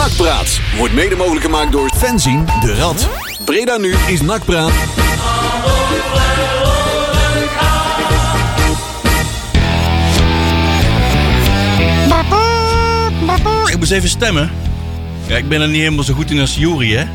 Nakpraat wordt mede mogelijk gemaakt door Fenzin de Rad. Breda nu is Nakpraat. Ik moest even stemmen. Ja, ik ben er niet helemaal zo goed in als Juri, hè?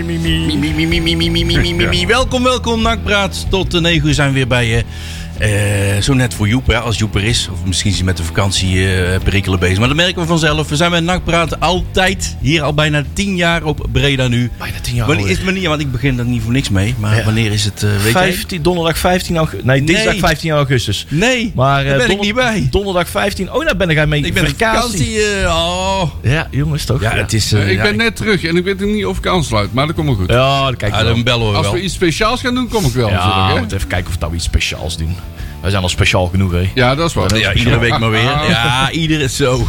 Welkom, Nakpraat. Tot 9 uur zijn we weer bij je. Zo net voor Joep, hè, als Joep er is. Of misschien is hij met de vakantieperikelen bezig. Maar dat merken we vanzelf. We zijn bij Nakpraat altijd. Hier al bijna 10 jaar op Breda nu. Bijna 10 jaar wanneer is het wanneer? Want ik begin er niet voor niks mee. Maar wanneer is het? Donderdag 15 augustus. Nee, dinsdag 15 augustus. Nee, maar, daar ben ik niet bij. Donderdag 15. Oh, daar ben ik mee. Ik ben op vakantie. Ja, jongens, toch? Ja, het is, ik ben net terug en ik weet niet of ik aansluit. Maar dat komt wel goed. Ja, dan kijk dan bellen we wel. Als we iets speciaals gaan doen, kom ik wel. Ja, we moeten even kijken of we nou iets speciaals doen. Wij zijn al speciaal genoeg, hè? Ja, dat is waar. Ja, iedere week maar weer. Ja, iedere zo.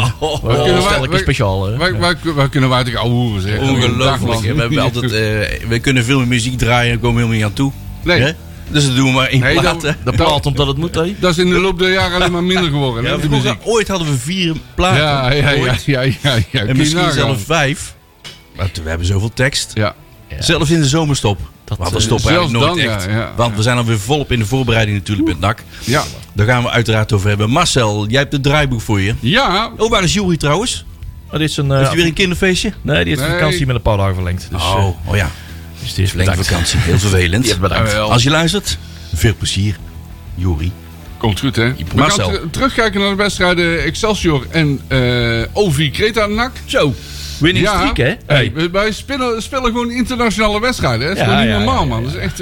Stel speciaal, hè? Waar kunnen wij tegen ouwe hoeren zeggen? Ongelooflijk. We hebben altijd, we kunnen veel meer muziek draaien en komen helemaal niet aan toe. Nee. Hè? Dus dat doen we maar één plaat. De plaat omdat het moet, hè? Dat is in de loop der jaren alleen maar minder geworden. Ja, die muziek. Ooit hadden we 4 platen. Ja. En misschien zelfs 5. Maar we hebben zoveel tekst. Ja. Zelfs in de zomerstop. Want we stoppen eigenlijk nooit echt. Ja. Want we zijn alweer volop in de voorbereiding natuurlijk met NAC. Ja. Daar gaan we uiteraard over hebben. Marcel, jij hebt het draaiboek voor je. Ja. Oh, waar is Jury trouwens? Dit is heeft hij weer een kinderfeestje? Nee, die heeft vakantie met een paar dagen verlengd. Dus, ja. Dus die is verlengde vakantie. Heel vervelend. Bedankt. Als je luistert, veel plezier. Jury. Komt goed, hè? We gaan terugkijken naar de wedstrijden Excelsior en OV Creta NAC. Zo. Winning streak, hè? Hey. Wij spelen gewoon internationale wedstrijden. Hè? Dat is gewoon niet normaal, man. Dat is echt...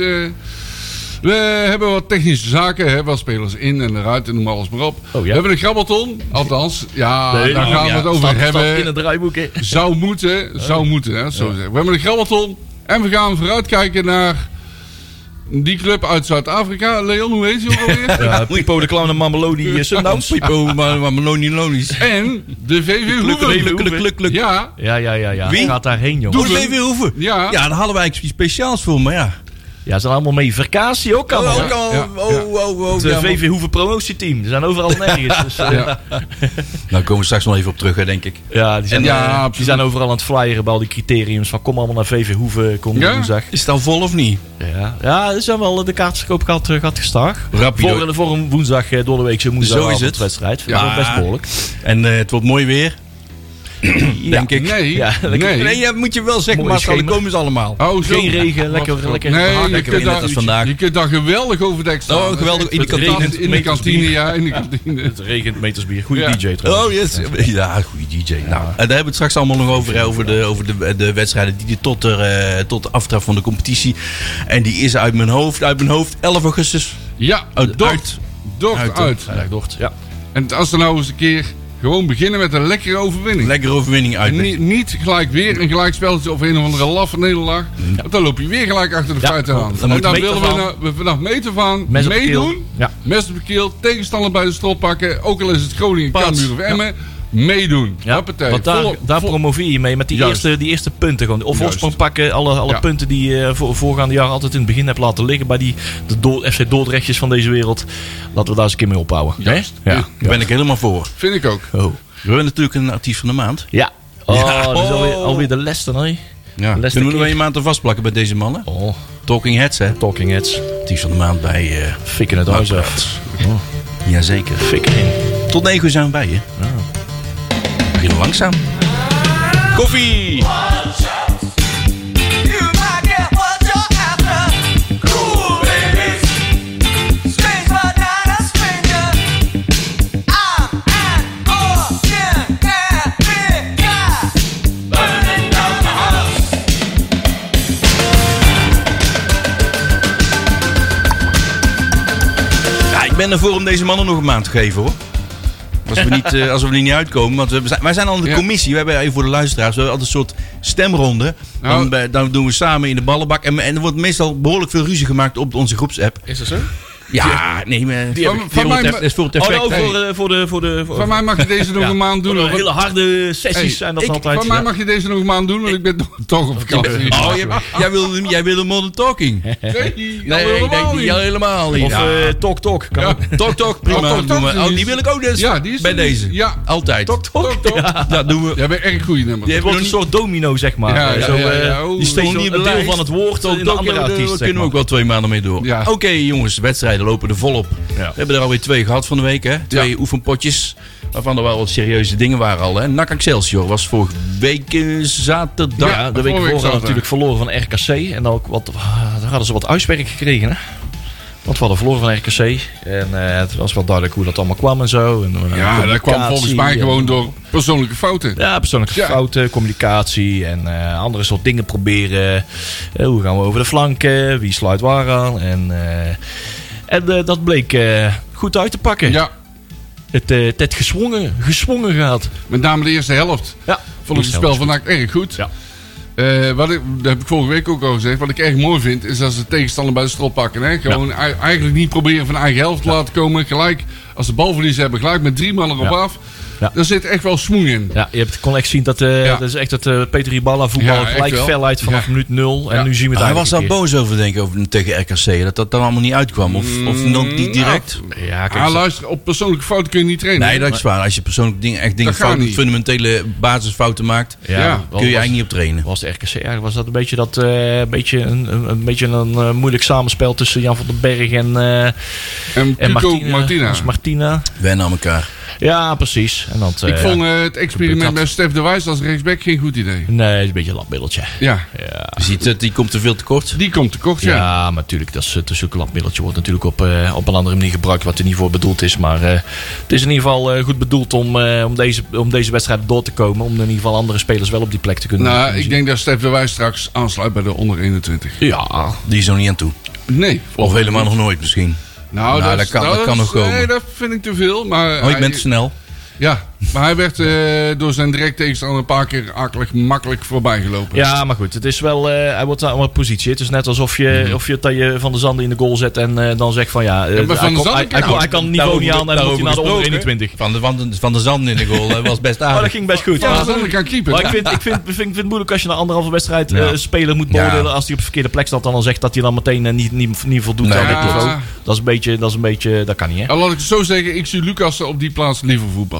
we hebben wat technische zaken, hè? Wat spelers in en eruit en noem alles maar op. We hebben een grabbelton. Althans, daar gaan we het over hebben. Staat in het draaiboek, hè? Zou moeten, hè? Zo zeggen. We hebben een grabbelton en we gaan vooruitkijken naar... Die club uit Zuid-Afrika. Leon, hoe heet hij ook alweer? Pipo de Clown en Mamelodi Sundowns. Pipo Mamelodi Lonies. En de VV Hoeven. Ja. Wie? Gaat daarheen, jongen. Doe de VV Hoeven. Ja, daar hadden wij eigenlijk iets speciaals voor, maar ja. Ja, ze zijn allemaal mee. Verkatie ook allemaal. Het VV Hoeven promotieteam. Ze zijn overal nergens. Dus, Nou komen we straks nog even op terug, hè, denk ik. Ja, die zijn overal aan het flyeren bij al die criteriums. Van kom allemaal naar VV Hoeven. Kom woensdag. Is het al vol of niet? Ja, er zijn wel de kaartverkoop gaat gestaag. Voor een woensdag door de weekse woensdagavond wedstrijd. Ja, best behoorlijk. En het wordt mooi weer. Denk ik. Nee, dat moet je wel zeggen, maar dan komen ze allemaal. Geen regen, lekker. Nee, je kunt daar geweldig overdekt staan. Oh, geweldig. In de kantine. Het regent metersbier. Goeie DJ trouwens. Oh, yes. Ja, goede DJ. Nou, daar hebben we het straks allemaal nog over de wedstrijden die tot de aftrap van de competitie. En die is uit mijn hoofd. 11 augustus. Ja, Dort uit. Ja. En als er nou eens een keer... Gewoon beginnen met een lekkere overwinning. Lekkere overwinning uit. Niet gelijk weer een gelijkspelletje of een of andere laffe nederlaag. Ja. Want dan loop je weer gelijk achter de feiten aan. En dan willen we vanaf meter van meedoen. Mes op de keel. Tegenstander bij de strot pakken. Ook al is het Groningen, Cambuur of Emmen. Meedoen. Ja, want daar promoveer je mee met die eerste punten. Gewoon. Of voorsprong pakken. Alle punten die je voorgaande jaar altijd in het begin hebt laten liggen. Bij de FC Dordrechtjes van deze wereld. Laten we daar eens een keer mee ophouden. Juist. Daar ben ik helemaal voor. Vind ik ook. We hebben natuurlijk een artiest van de maand. Ja. Dat is alweer de Leicester, hè? Ja. Kunnen we nog een maand vastplakken bij deze mannen? Talking Heads, hè? Talking Heads. Artiest van de maand bij... Fikken het huis af. Jazeker. Fikken in. Tot 9 uur zijn we bij je. We beginnen langzaam. Koffie! Ik ben ervoor om deze mannen nog een maand te geven, hoor. Als we er niet uitkomen. Want wij zijn al in de commissie. We hebben even voor de luisteraars. We hebben altijd een soort stemronde. Dan doen we samen in de ballenbak. En er wordt meestal behoorlijk veel ruzie gemaakt op onze groepsapp. Is dat zo? Ja, nee, maar van mij is voor het effect. Van mij mag je deze nog een maand doen. Hele harde sessies zijn dat altijd. Van mij mag je deze nog een maand doen, want ik ben toch op vakantie. Jij wil een modern talking. Nee, ik denk niet helemaal niet. Of talk. Talk, prima. Die wil ik ook dus bij deze. Ja. Altijd. Talk. Ja, doen we. Jij bent echt een goede nummer. Het wordt een soort domino, zeg maar. Die steeds een deel van het woord in de andere artiest. Daar kunnen we ook wel 2 maanden mee door. Ja. Oké, jongens, de wedstrijden lopen er volop. Ja. We hebben er alweer 2 gehad van de week. Hè? 2 oefenpotjes. Waarvan er wel wat serieuze dingen waren al. Hè? NAC Excelsior was vorige week zaterdag. Ja, de week voor natuurlijk verloren van RKC. En dan ook daar hadden ze wat uitswerk gekregen. Hè? Want we hadden verloren van RKC. En het was wel duidelijk hoe dat allemaal kwam en zo. En, dat kwam volgens mij gewoon door persoonlijke fouten. Ja, persoonlijke fouten, communicatie en andere soort dingen proberen. Hoe gaan we over de flanken? Wie sluit waar aan? En dat bleek goed uit te pakken. Ja. Het geswongen gaat. Met name de eerste helft. Ja. Vond ik het spel vandaag erg goed. Ja. Dat heb ik vorige week ook al gezegd. Wat ik erg mooi vind, is dat ze de tegenstander bij de strot pakken. Hè? Gewoon eigenlijk niet proberen van eigen helft te laten komen. Gelijk, als ze balverlies hebben, gelijk met 3 man erop af. Ja. Daar zit echt wel smoen in. Ja, je kon echt zien dat dat is echt het Peter Riballa voetbal gelijk fel uit vanaf minuut 0. En nu zien we het hij was daar boos over, denk ik, tegen RKC. Dat dan allemaal niet uitkwam. Of nog niet direct. Luister, op persoonlijke fouten kun je niet trainen. Nee, dat is waar. Als je persoonlijke dingen fundamentele basisfouten maakt, kun je eigenlijk niet op trainen. Was de RKC eigenlijk was dat een beetje een moeilijk samenspel tussen Jan van den Berg en Martina. Wennen aan elkaar. Ja, precies. En ik vond het experiment met Stef de Wijs als rechtsback geen goed idee. Nee, het is een beetje een labmiddeltje. Ja. Je ziet het, die komt te veel tekort. Die komt tekort, ja. Ja, maar natuurlijk, dat is zulke labmiddeltje wordt natuurlijk op een andere manier gebruikt wat er niet voor bedoeld is. Maar het is in ieder geval goed bedoeld om deze wedstrijd door te komen. Om in ieder geval andere spelers wel op die plek te kunnen zien. Ik denk dat Stef de Wijs straks aansluit bij de onder 21. Ja, die is nog niet aan toe. Nee. Of helemaal nog nooit misschien. Nou, dat kan nog komen. Nee, dat vind ik te veel. Maar ik ben te snel. Ja, maar hij werd door zijn direct tegenstander een paar keer akelig makkelijk voorbij gelopen. Ja, maar goed, het is wel, hij wordt aan een positie. Het is net alsof je Van der Zanden in de goal zet en dan zegt van hij kan het niveau niet aan en dan moet hij naar de onder 21. Van der Zanden in de goal was best aardig. Maar dat ging best goed. Van der Zanden kan keeper. Maar ik vind het moeilijk als je na anderhalve wedstrijd speler moet beoordelen als hij op de verkeerde plek staat. Dan zegt dat hij dan meteen niet voldoet aan dit niveau. Dat is een beetje, dat kan niet, hè? Laat ik het zo zeggen, ik zie Lucas op die plaats liever voetballen.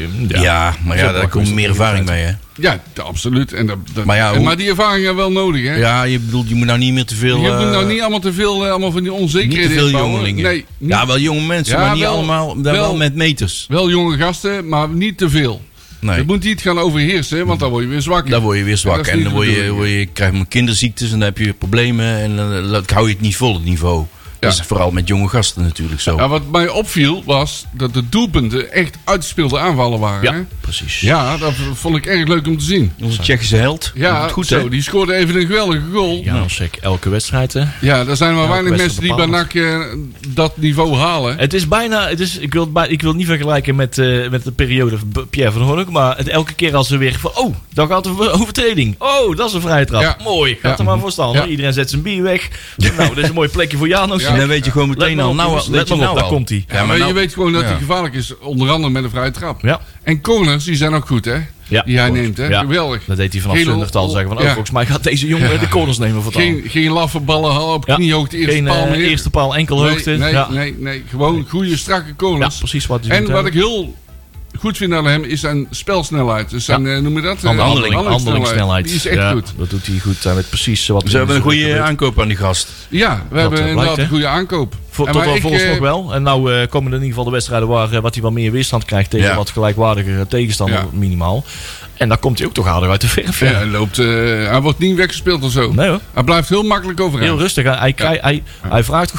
Ja, maar daar komt meer ervaring mee, hè? Ja, absoluut. Maar die ervaring is wel nodig, hè? Ja, je moet nou niet meer te veel... Je moet nou niet allemaal te veel allemaal van die onzekerheden niet te veel jongelingen. Nee, ja, wel jonge mensen, maar niet allemaal wel met meters. Wel jonge gasten, maar niet te veel. Nee. Je moet niet gaan overheersen, want dan word je weer zwak. Dan word je weer zwak. En dan krijg je kinderziektes en dan heb je problemen. En dan hou je het niet vol, het niveau. Ja. Dat is vooral met jonge gasten natuurlijk zo. Ja, wat mij opviel was dat de doelpunten echt uitgespeelde aanvallen waren. Ja, hè? precies. Ja, dat vond ik erg leuk om te zien. Onze Tsjechische held. Ja, goed zo. Die scoorde even een geweldige goal. Ja, dat is elke wedstrijd. Hè? Ja, er zijn maar weinig mensen die bij NAC dat niveau halen. Het is bijna... Ik wil niet vergelijken met de periode van Pierre van Hoorn. Maar elke keer als ze weer... Oh, dan gaat er overtreding. Oh, dat is een vrije trap. Ja. Mooi. Gaat er maar voor staan. Ja. Iedereen zet zijn bier weg. Nou, dat is een mooi plekje voor Janos. Ja. En dan weet je gewoon meteen al. Daar komt hij. Ja, maar je weet gewoon dat hij gevaarlijk is. Onder andere met een vrije trap. Ja. En corners, die zijn ook goed, hè? Ja, die hij neemt, hè? Ja. Geweldig. Dat deed hij vanaf zondag al zeggen van... volgens mij gaat deze jongen de corners nemen voor geen laffe ballen halen op kniehoogte. Eerste paal enkelhoogte. Nee. Gewoon goede, strakke corners. Ja, precies wat hij en wat ik heel goed vind aan hem is zijn spelsnelheid. Dus zijn, noem je dat? Handelingssnelheid. Die is echt goed. Dat doet hij goed. Hij weet precies wat. We hebben een goede aankoop aan die gast. Ja, we hebben inderdaad een goede aankoop. Tot wel volgens nog wel. En nou komen er in ieder geval de wedstrijden waar wat hij wat meer weerstand krijgt tegen wat gelijkwaardige tegenstander minimaal. En dan komt hij ook toch aardig uit de verf. Ja, hij wordt niet weggespeeld of zo. Nee hoor. Hij blijft heel makkelijk overeind. Heel rustig. Hij vraagt...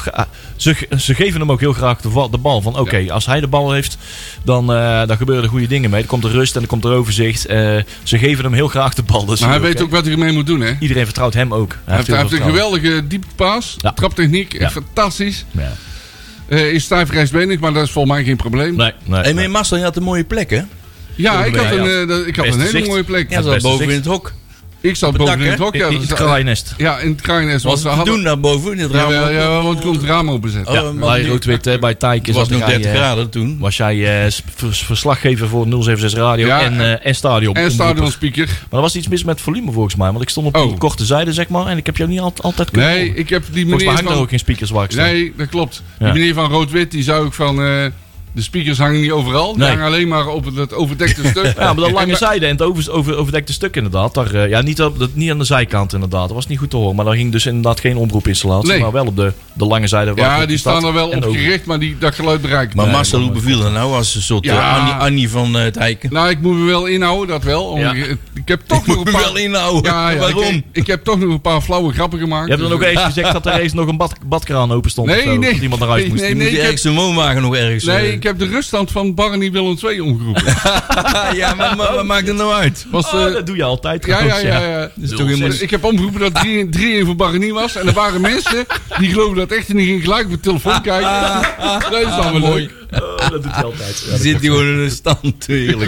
Ze geven hem ook heel graag de bal. Van oké, als hij de bal heeft, dan gebeuren er goede dingen mee. Er komt er rust en er komt er overzicht. Ze geven hem heel graag de bal. Dus maar hij weet ook wat hij ermee moet doen, hè? Iedereen vertrouwt hem ook. Hij heeft een geweldige dieptepaas. Ja. Traptechniek. Echt fantastisch. Ja. Is stijf rechtsbenig, maar dat is volgens mij geen probleem. Nee. Maar Marcel, je had een mooie plek, hè? Ja, ik had een hele mooie plek. Ja, dat boven in het hok. Ik zat boven in het hok. In het kraaiennest. Ja, in het kraaiennest. Was het te doen daar boven in het raam? Ja, want ik kon het raam openzetten. Ja, bij Rood-Wit, bij Tijkens. Het was nog 30 graden toen. Was jij verslaggever voor 076 Radio en Stadion. En stadionspeaker. Maar er was iets mis met volume volgens mij. Want ik stond op die korte zijde, zeg maar. En ik heb jou niet altijd kunnen horen. Nee, ik heb die meneer volgens mij hangt er ook geen speakers waar ik sta. Nee, dat klopt. Die meneer van Rood-Wit, die zei ook van... de speakers hangen niet overal. Die hangen alleen maar op het overdekte stuk. Ja, maar de lange zijde en het overdekte stuk inderdaad. Daar, niet aan de zijkant inderdaad. Dat was niet goed te horen. Maar daar ging dus inderdaad geen oproepinstallatie. Maar wel op de lange zijde. Ja, die staan er wel op gericht, maar dat geluid bereikt. Maar Marcel, hoe beviel dat nou als een soort Annie van het Eiken? Nou, ik moet me wel inhouden, dat wel. Ik heb toch nog een paar... wel inhouden. Ja, waarom? Ik heb toch nog een paar flauwe grappen gemaakt. Je hebt dan ook eens gezegd dat er eens nog een badkraan open stond. Nee. Dat iemand naar huis moest. Nee, moet ergens de woonwagen nog ergens... Nee, ik heb de ruststand van Barney Willem II omgeroepen. Ja, maar wat maakt het nou uit? Dat doe je altijd. Ja. Ik heb omgeroepen dat 3-1 voor Barney was. En er waren mensen die geloven dat echt en die gingen gelijk op de telefoon kijken. Dat is dan wel leuk. Dat doet hij altijd. Ja, zit hij gewoon in een stand, heerlijk.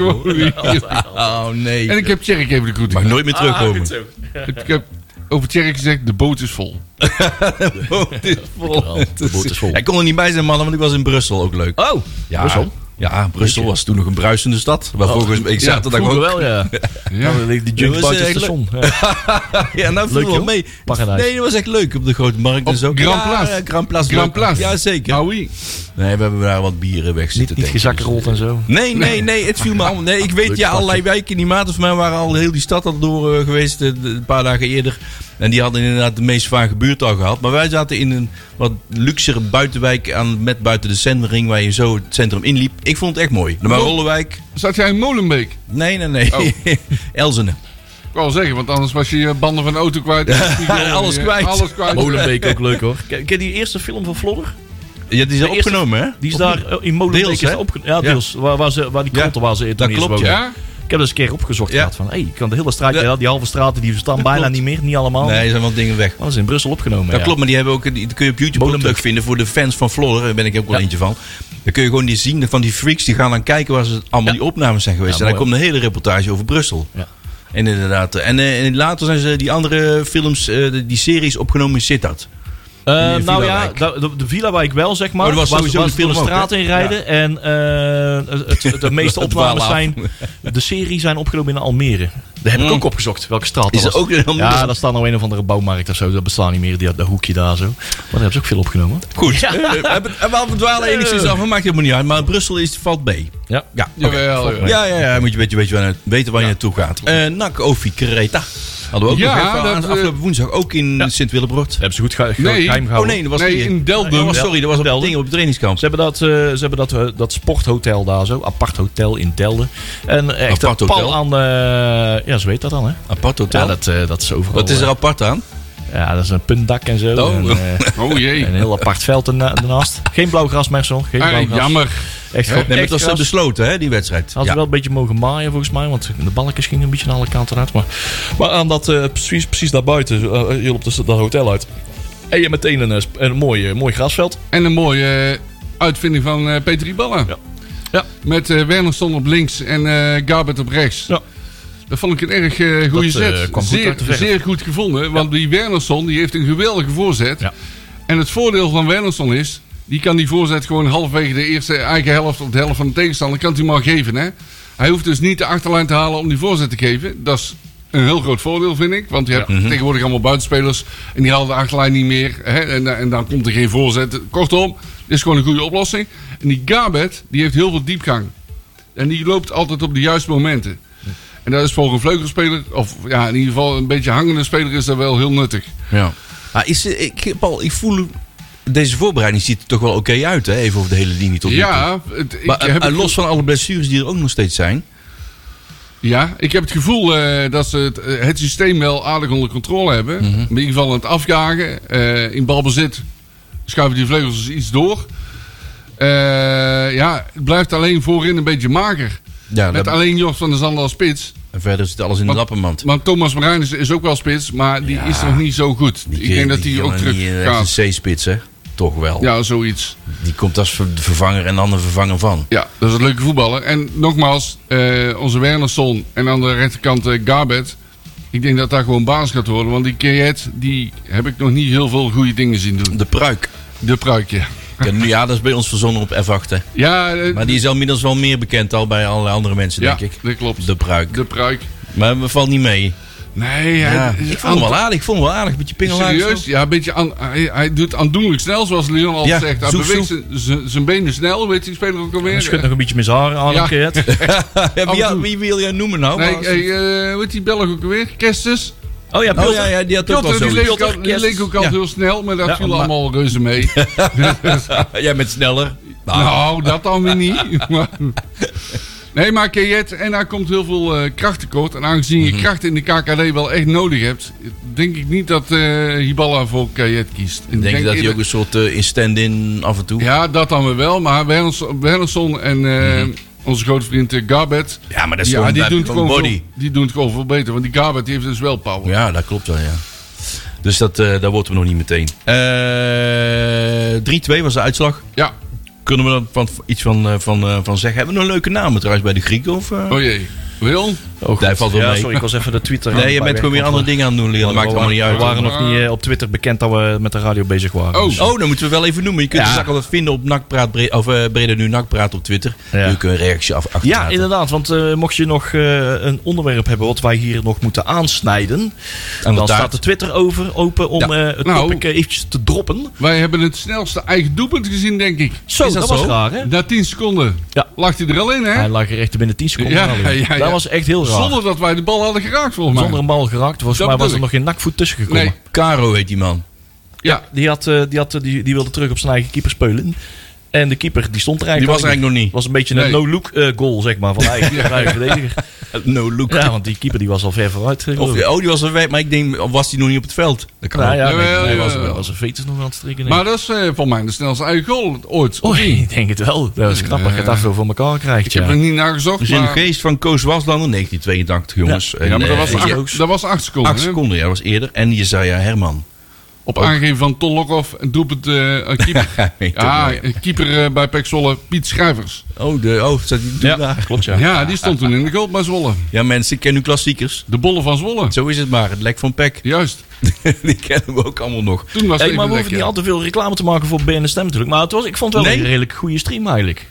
Oh nee. En ik heb Tjerk even de groeten. Mag nooit meer terugkomen. Ik heb over Tjerk gezegd, de boot is vol. De boot is vol. Hij kon er niet bij zijn, mannen, want ik was in Brussel, ook leuk. Oh, ja. Brussel? Ja, Brussel was toen nog een bruisende stad. Waar volgens ik zaterdag ook. Wel, ja. Die junk buiten het station. Ja, nou viel wel mee. Paradijs. Nee, dat was echt leuk op de Grote Markt en zo. Grand Place. Ja, zeker. Ah, oui. Nee, we hebben daar wat bieren weg zitten. Niet gezakkerold en zo. Nee, het viel me allemaal. Nee, ik weet allerlei wijken. Die maten van mij waren al heel die stad al door geweest een paar dagen eerder. En die hadden inderdaad de meest vage buurt al gehad. Maar wij zaten in een wat luxere buitenwijk met buiten de Zenderring, waar je zo het centrum inliep. Ik vond het echt mooi. De Marollenwijk. Zat jij in Molenbeek? Nee. Oh. Elsene. Ik wou zeggen, want anders was je banden van de auto kwijt. Alles kwijt. Molenbeek ook leuk hoor. Ken je die eerste film van Flodder? Ja, die is er opgenomen, hè? Die is daar in Molenbeek deels, opgenomen. Ja, deels. Waar die kranten waar ze dat klopt, ja. Ik heb dus een keer opgezocht gehad van, ik kan de hele straat, die halve straten die verstaan bijna niet meer, niet allemaal. Nee, er zijn wel dingen weg. Maar dat is in Brussel opgenomen. Dat klopt, maar die hebben ook, die kun je op YouTube ook terugvinden voor de fans van Flodder. Daar ben ik ook wel eentje van. Dan kun je gewoon die zien van die freaks, die gaan dan kijken waar ze allemaal die opnames zijn geweest. En dan komt een hele reportage over Brussel. Ja. En inderdaad. En later zijn ze die andere films, die series opgenomen in Sittard. Nou ja, de villa waar ik wel, zeg maar. Was sowieso waar ze de straat in rijden. Ja. En de meeste opnames zijn... De serie zijn opgenomen in Almere. Daar heb ik ook opgezocht. Welke straat dat was. Ook in Almere? Ja, daar staat nou een of andere bouwmarkt of zo. Dat bestaat niet meer, dat hoekje daar zo. Maar daar hebben ze ook veel opgenomen. Goed. Ja. We dwalen enigszins af. Dat maakt helemaal niet uit. Maar Brussel valt B. Ja. Ja. Moet je weten waar je naartoe gaat. NAC OFI Kreta. Hadden we ook nog even afgelopen woensdag ook in Sint-Willebroord. Hebben ze goed geheim gehouden. Oh nee, dat was in Delden. Sorry, dat was op het ding op het trainingskamp. Ze hebben dat sporthotel daar zo. Apart hotel in Delden. En echt een pal aan... ja, zo weet dat dan, hè? Apart hotel? Ja, dat is overal. Wat is er apart aan? Ja, dat is een puntdak en zo. Oh jee. En een heel apart veld ernaast. Geen blauw gras, Merson. Geen blauw gras. Jammer. Echt goed. Nee, dat was besloten, hè, die wedstrijd. Hadden wel een beetje mogen maaien, volgens mij. Want de balkjes gingen een beetje aan alle kanten uit. Maar aan dat, precies daarbuiten, heel op dat hotel uit. En je meteen een mooi grasveld. En een mooie uitvinding van Peter Iballa. Ja. Met Wernersson op links en Garbert op rechts. Ja. Dat vond ik een erg goede zet. Zeer goed gevonden. Want die Wernersson die heeft een geweldige voorzet. Ja. En het voordeel van Wernersson is... Die kan die voorzet gewoon halverwege de eerste eigen helft of de helft van de tegenstander kan hij maar geven. Hè? Hij hoeft dus niet de achterlijn te halen om die voorzet te geven. Dat is een heel groot voordeel, vind ik. Want je hebt tegenwoordig allemaal buitenspelers en die halen de achterlijn niet meer. Hè? En dan komt er geen voorzet. Kortom, dit is gewoon een goede oplossing. En die Gabet, die heeft heel veel diepgang. En die loopt altijd op de juiste momenten. En dat is voor een vleugelspeler, of ja, in ieder geval een beetje hangende speler, is dat wel heel nuttig. Ja. Ik voel... Deze voorbereiding ziet er toch wel oké uit, hè? Even over de hele linie tot nu toe. Ja. Maar los van alle blessures die er ook nog steeds zijn. Ja, ik heb het gevoel dat ze het systeem wel aardig onder controle hebben. In ieder geval aan het afjagen. In balbezit schuiven die vleugels iets door. Het blijft alleen voorin een beetje mager. Ja, met alleen Jos van der Zanden als spits. En verder zit alles in de lappenmand. Want Thomas Marijn is ook wel spits, maar die is nog niet zo goed. Ik denk dat hij ook terug gaat. Een C-spits, hè? Toch wel. Ja, zoiets. Die komt als vervanger en dan de vervanger van. Ja, dat is een leuke voetballer. En nogmaals, onze Wernersson en aan de rechterkant Garbet. Ik denk dat gewoon baas gaat worden. Want die Kayet, die heb ik nog niet heel veel goede dingen zien doen. De pruik. De pruik, ja. Ja, dat is bij ons verzonnen op F8. Hè. Ja, maar die is inmiddels wel meer bekend al bij allerlei andere mensen, denk ik. Ja, dat klopt. De pruik. De pruik. Maar we valt niet mee. Nee, ik vond hem wel aardig. Een beetje pingelaar. Serieus? Ja, een beetje hij doet aandoenlijk snel, zoals Leon al zegt. Hij beweegt zijn benen snel, weet je, die speler ook alweer. Hij schudt nog een beetje met zijn haren aan een keer. Wie wil jij noemen nou? Nee, hoe heet die Belg ook alweer? Kestes? Oh ja, die had ook wel zo. Die leek ook al heel snel, maar dat viel allemaal reuze mee. Jij bent sneller. Nou, dat dan weer niet. Nee, maar Kayet, en daar komt heel veel kracht tekort. En aangezien je kracht in de KKD wel echt nodig hebt, denk ik niet dat Hiballa voor Kayet kiest. Denk je dat hij ook een soort stand-in af en toe? Ja, dat dan wel. Maar Wernersson en onze grote vriend Garbett, ja, maar dat is die doen het gewoon veel beter. Want die Garbett heeft dus wel power. Ja, dat klopt wel, ja. Dus daar worden we nog niet meteen. 3-2 was de uitslag. Ja. Kunnen we er iets van zeggen? Hebben we nog leuke namen trouwens bij de Grieken? Of, Oh jee. Wil? Oh, daar valt wel mee. Sorry, ik was even de Twitter. Nee, je bent gewoon weer andere dingen aan het doen, Leon. Dat maakt allemaal niet uit. We waren nog niet op Twitter bekend dat we met de radio bezig waren. Oh, dan moeten we wel even noemen. Je kunt de zaak altijd vinden op Nakpraat, Breda Nu Nakpraat op Twitter. Ja. Je kunt een reactie achterlaten. Ja, inderdaad. Want mocht je nog een onderwerp hebben wat wij hier nog moeten aansnijden, dan staat de Twitter open om het topic eventjes te droppen. Wij hebben het snelste eigen doelpunt gezien, denk ik. Zo, dat was raar, hè? Na 10 seconden lag hij er al in, hè? Hij lag er echt binnen 10 seconden al in. Dat was echt heel raar. Zonder dat wij de bal hadden geraakt, volgens mij. Zonder een bal geraakt. Volgens mij was er nog geen nakvoet tussen gekomen. Nee. Caro heet die man. Ja, die wilde terug op zijn eigen keeper spelen. En de keeper die stond er eigenlijk. Die was er eigenlijk nog niet. Het was een beetje een no-look goal, zeg maar, van de eigen verdediger. No-look. Ja, want die keeper die was al ver vooruit. Die was al weg, maar ik denk, was die nog niet op het veld? Dat kan hij was een vetus nog aan het strikken. Maar dat is voor mij de snelste eigen goal ooit. Ik denk het wel. Dat is knap dat je dat zo voor elkaar krijgt. Ik heb er niet naar gezocht. Dus in de geest van Koos Waslander, 1982, jongens. Ja, maar dat was 8 seconden. 8 seconden, ja, dat was eerder. En Jesaja Herman. Op aangeven van Ton Lokhoff en doelpunt keeper. Keeper bij PEC Zwolle, Piet Schrijvers. Zat die daar? Klopt, ja, die stond toen in de goal bij Zwolle. Ja, mensen, ik ken nu klassiekers. De bollen van Zwolle. Zo is het maar, het lek van PEC. Juist. Die kennen we ook allemaal nog. Toen was maar we hoeven niet al te veel reclame te maken voor BNSM natuurlijk. Maar ik vond het wel een redelijk goede stream eigenlijk.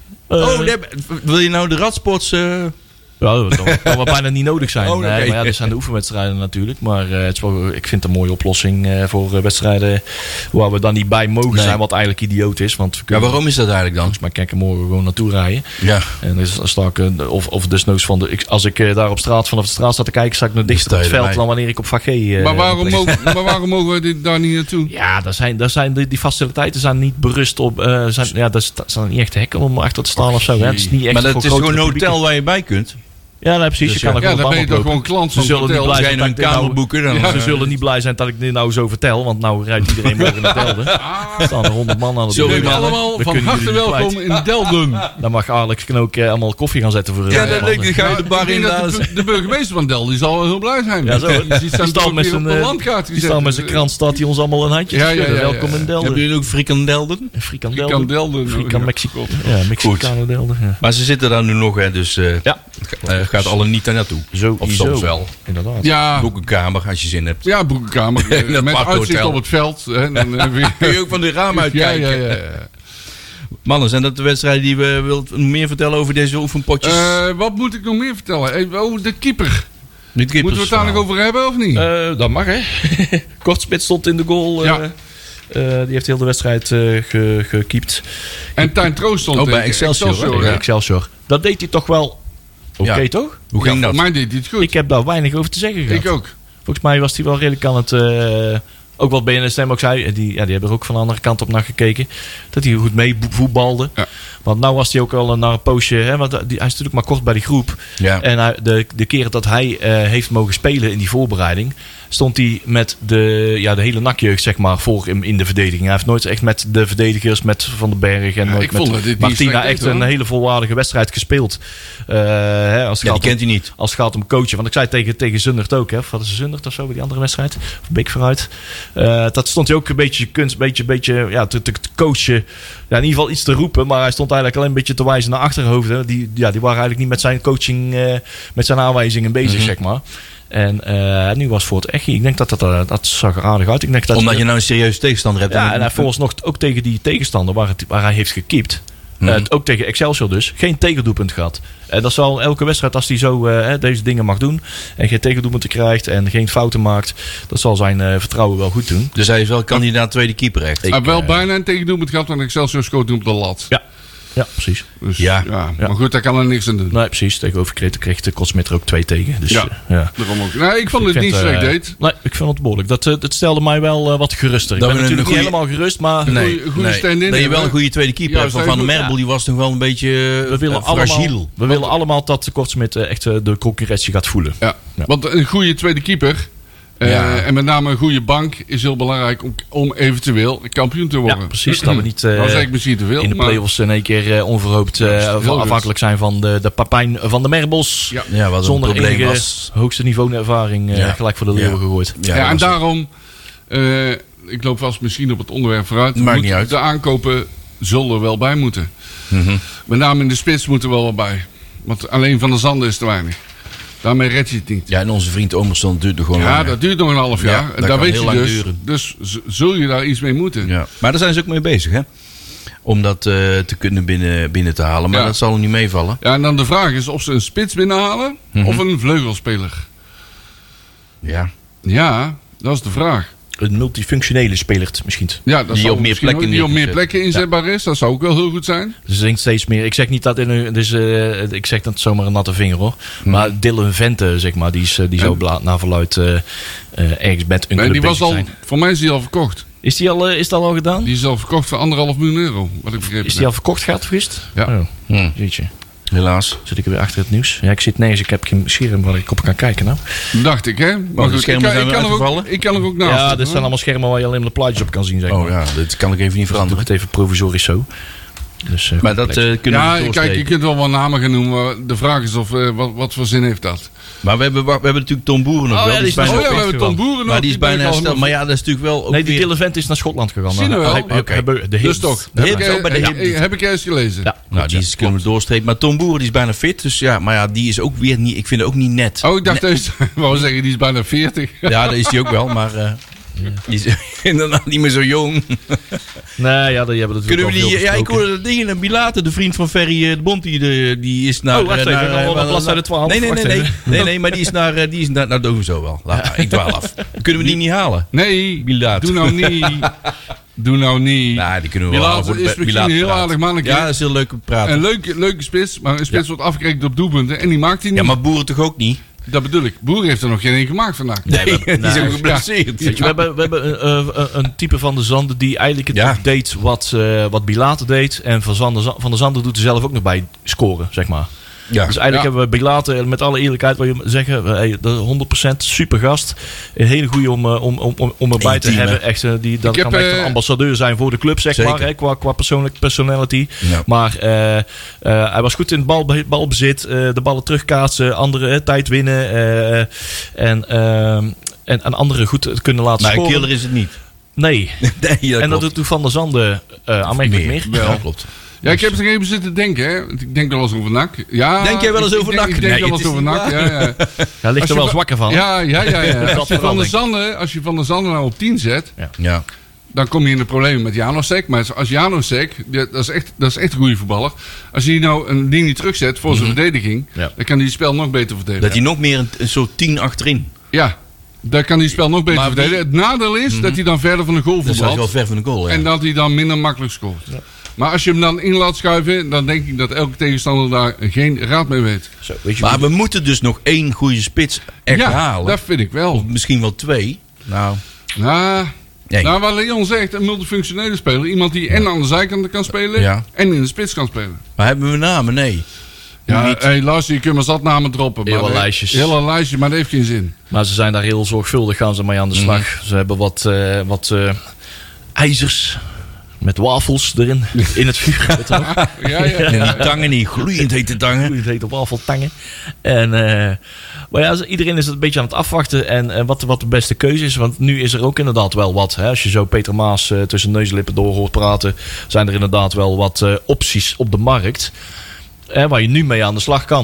Wil je nou de Radsports... Ja, dat kan bijna niet nodig zijn. Maar ja, dit zijn de oefenwedstrijden natuurlijk. Maar ik vind het een mooie oplossing voor wedstrijden waar we dan niet bij mogen zijn. Wat eigenlijk idioot is. Want waarom is dat eigenlijk dan? Maar kijk, morgen gewoon naartoe rijden. Ja. En dan sta ik, of desnoods als ik daar op straat vanaf de straat sta te kijken, sta ik nog dichter op het veld dan wanneer ik op vak G. Maar waarom mogen we daar niet naartoe? Ja, die faciliteiten zijn niet berust op. Dat zijn niet echt hekken om achter te staan of zo. Hè. Het is niet echt maar het is gewoon een hotel waar je bij kunt. Ja, nee, precies. Dus je kan er dan ben je toch gewoon klant van het hotel. Ze zullen niet blij zijn dat ik dit nou zo vertel. Want nou rijdt iedereen morgen naar Delden. Er staan er 100 man aan het doen. Jullie allemaal van harte welkom in Delden. Dan mag Alex Knook allemaal koffie gaan zetten voor. Ja, dan ga je de bar in. De burgemeester van Delden zal wel heel blij zijn. Ja, zo. Die staat met zijn krant, staat hij ons allemaal een handje te schudden. Welkom in Delden. Hebben jullie ook frikandelden? Frikandelden. Mexicano Delden. Maar ze zitten daar nu nog, hè, dus gaat alle niet daar naartoe. Of soms wel. Inderdaad. Ja. Boek een kamer als je zin hebt. Ja, boek een kamer. Met uitzicht op het veld. Kun je ook van de raam uitkijken. Ja. Mannen, zijn dat de wedstrijden die we wilt meer vertellen over deze oefenpotjes? Wat moet ik nog meer vertellen? Over de keeper. Moeten we het daar nog over hebben of niet? Dat mag, hè. Kortspits stond in de goal. Ja. Die heeft heel de wedstrijd gekiept. En Tijn Troost stond bij Excelsior. Excelsior. Dat deed hij toch wel oké, toch? Hoe ging dat? Voor mij deed hij het goed. Ik heb daar weinig over te zeggen gehad. Ik ook. Volgens mij was hij wel redelijk aan het... ook wat BNSM ook zei. Die hebben er ook van de andere kant op naar gekeken. Dat hij goed mee voetbalde. Ja. Want nou was hij ook al naar een poosje... Hè, want hij is natuurlijk maar kort bij die groep. Ja. En de keren dat hij heeft mogen spelen in die voorbereiding... stond hij met de hele nakjeugd zeg maar, voor hem in de verdediging. Hij heeft nooit echt met de verdedigers, met Van den Berg en nooit met Martina echt een hele volwaardige wedstrijd gespeeld. Die kent hij niet. Als het gaat om coachen. Want ik zei tegen Zundert ook. Hè, of wat is Zundert of zo bij die andere wedstrijd? Of Beek vooruit. Dat stond hij ook een beetje kunst, beetje te coachen. Ja, in ieder geval iets te roepen. Maar hij stond eigenlijk alleen een beetje te wijzen naar achterhoofden. Die waren eigenlijk niet met zijn coaching, met zijn aanwijzingen bezig, zeg maar. En nu was voor het echt. Ik denk dat zag er aardig uit. Ik denk dat omdat je nou een serieuze tegenstander hebt. Ja, en hij volgens ook tegen die tegenstander waar hij heeft gekiept. Ook tegen Excelsior dus. Geen tegendoelpunt gehad. En dat zal elke wedstrijd, als hij zo deze dingen mag doen. En geen tegendoelpunten krijgt. En geen fouten maakt. Dat zal zijn vertrouwen wel goed doen. Dus hij is wel kandidaat tweede keeper echt. Hij heeft wel bijna een tegendoelpunt gehad. Want Excelsior schoot op de lat. Ja, precies. Dus, ja. Maar goed, daar kan er niks aan doen. Nee, precies. Tegenover Kreten kreeg de Kotsmet er ook 2 tegen. Dus, daarom ook. Nee, ik vond het niet slecht deed. Nee, ik vond het behoorlijk. Dat stelde mij wel wat geruster. Ik ben natuurlijk niet helemaal gerust, maar... Goede stand-in. Dat je wel een goede tweede keeper hebt. Van der Merbel, die was nog wel een beetje fragiel. We willen allemaal dat de Kotsmet echt de concurrentie gaat voelen. Ja. Want een goede tweede keeper... En met name een goede bank is heel belangrijk om eventueel kampioen te worden. Ja, precies. Dat we niet zeg ik misschien te veel, in de play-offs in één keer onverhoopt afhankelijk zijn van de Papijn van de Merbels. Ja, wat zonder een probleem enige was. Hoogste niveau ervaring gelijk voor de leeuwen gegooid. Ja, en daarom, ik loop vast misschien op het onderwerp vooruit. Maakt niet uit. De aankopen zullen er wel bij moeten. Met name in de spits moeten we wel bij. Want alleen Van der Zanden is te weinig. Daarmee red je het niet. Ja, en onze vriend Omerson duurt nog gewoon lang. Ja, dat duurt nog een half jaar. Ja, daar weet je dus. Duren. Dus zul je daar iets mee moeten. Ja. Maar daar zijn ze ook mee bezig, hè? Om dat te kunnen binnen te halen. Maar dat zal er niet meevallen. Ja, en dan de vraag is of ze een spits binnenhalen of een vleugelspeler. Ja. Ja, dat is de vraag. Een multifunctionele speler misschien. Ja, dat die op meer plekken, die op meer plekken inzetbaar is. Dat zou ook wel heel goed zijn. Dus ik denk steeds meer. Ik zeg niet dat ik zeg dat zomaar een natte vinger hoor. Maar Dylan Vente, zeg maar, die zou naar verluid ergens met een club die was bezig al, zijn. Voor mij is die al verkocht. Is dat al gedaan? Die is al verkocht voor €1,5 miljoen, wat ik begrepen heb. Is die al verkocht, gaat vergist? Ja. Jeetje. Helaas. Zit ik weer achter het nieuws? Ja, ik zit nergens. Ik heb geen scherm waar ik op kan kijken nou. Dacht ik, hè? Maar goed, ik kan er ook naast. Ja, dit zijn allemaal schermen waar je alleen maar de plaatjes op kan zien, zeg maar. Oh ja, dat kan ik even niet veranderen. Ik doe het even provisorisch zo. Dus, maar dat kunnen we doorstrepen. Kijk, je kunt wel wat namen gaan noemen. Maar de vraag is of wat voor zin heeft dat. Maar we hebben natuurlijk Tom Boeren nog wel. We hebben Tom Boeren nog. Maar die is bijna hersteld. Maar ja, dat is natuurlijk wel... Nee, die Dylan Vente is naar Schotland gegaan. Zie je wel? Dus toch. Heb ik eens gelezen. Ja. Nou, die kunnen we doorstrepen. Maar Tom Boeren die is bijna fit. Dus ja, maar ja, die is ook weer niet... Ik vind het ook niet net. Oh, ik dacht eerst... wou zeggen, die is bijna 40. Ja, dat is die ook wel. Maar... Die is inderdaad niet meer zo jong. Nee, ja, die hebben het kunnen we die? Ja, ik hoorde dat ding in Bilater, de vriend van Ferry de Bond, die is naar. Wacht even, naar bladzijde 12. Nee, maar die is naar Dover zo wel. Ik dwaal af. Kunnen we die niet halen? Nee, Bilater. Doe nou niet. Nou, die kunnen we Bilater is misschien een heel aardig mannetje. Ja, dat is heel leuk praten. Een leuke spits, maar een spits wordt afgerekend op doelpunten en die maakt hij niet. Ja, maar Boeren toch ook niet? Dat bedoel ik. Boer heeft er nog geen één gemaakt vandaag. Nee, die is ook geblesseerd. Weet je, we hebben een type Van der Zanden die eigenlijk het deed wat Bilater deed. En Van der Zanden doet er zelf ook nog bij scoren, zeg maar. Ja. Dus eigenlijk hebben we Bilater, met alle eerlijkheid wil je zeggen, 100% super gast. Een hele goede om erbij te hebben. Echt, dat kan echt een ambassadeur zijn voor de club, zeg maar. Hè, qua personality. Ja. Maar hij was goed in het balbezit. De ballen terugkaatsen, andere tijd winnen. En anderen goed kunnen laten scoren. Maar een killer is het niet. Nee. En dat doet Van der Zanden aanmerkelijk meer. Ja, klopt. Ja, ik heb er even zitten denken. Hè. Ik denk wel eens over NAC. Ja, denk jij wel eens over NAC? Ik denk wel eens over NAC. Ja, ligt er wel zwakker van. Ja. Als je Van der Zanden nou op 10 zet, dan kom je in de problemen met Janosek. Maar als Janosek, dat is echt een goede voetballer. Als hij nou een linie terugzet voor zijn verdediging, dan kan hij het spel nog beter verdedigen. Dat hij nog meer een soort 10 achterin. Ja. Daar kan hij het spel nog beter verdedigen. Het nadeel is dat hij dan verder van de goal voetbalt. Dat is wel ver van de goal, en dat hij dan minder makkelijk scoort. Ja. Maar als je hem dan in laat schuiven, dan denk ik dat elke tegenstander daar geen raad mee weet. Zo, weet je, maar we moeten dus nog 1 goede spits echt halen. Dat vind ik wel. Of misschien wel 2. Nou, wat Leon zegt, een multifunctionele speler. Iemand die en aan de zijkant kan spelen en in de spits kan spelen. Maar hebben we namen? Nee. Ja, luister, je kunt maar zat namen droppen. Hele lijstjes. Hele lijstje, maar dat heeft geen zin. Maar ze zijn daar heel zorgvuldig, gaan ze mee aan de slag. Ze hebben wat ijzers met wafels erin, in het vuur. En die tangen, die gloeiend hete tangen. Gloeiend hete wafeltangen. Maar ja, iedereen is het een beetje aan het afwachten. En wat de beste keuze is. Want nu is er ook inderdaad wel wat. Hè, als je zo Peter Maas tussen neus en lippen door hoort praten, zijn er inderdaad wel wat opties op de markt. Waar je nu mee aan de slag kan.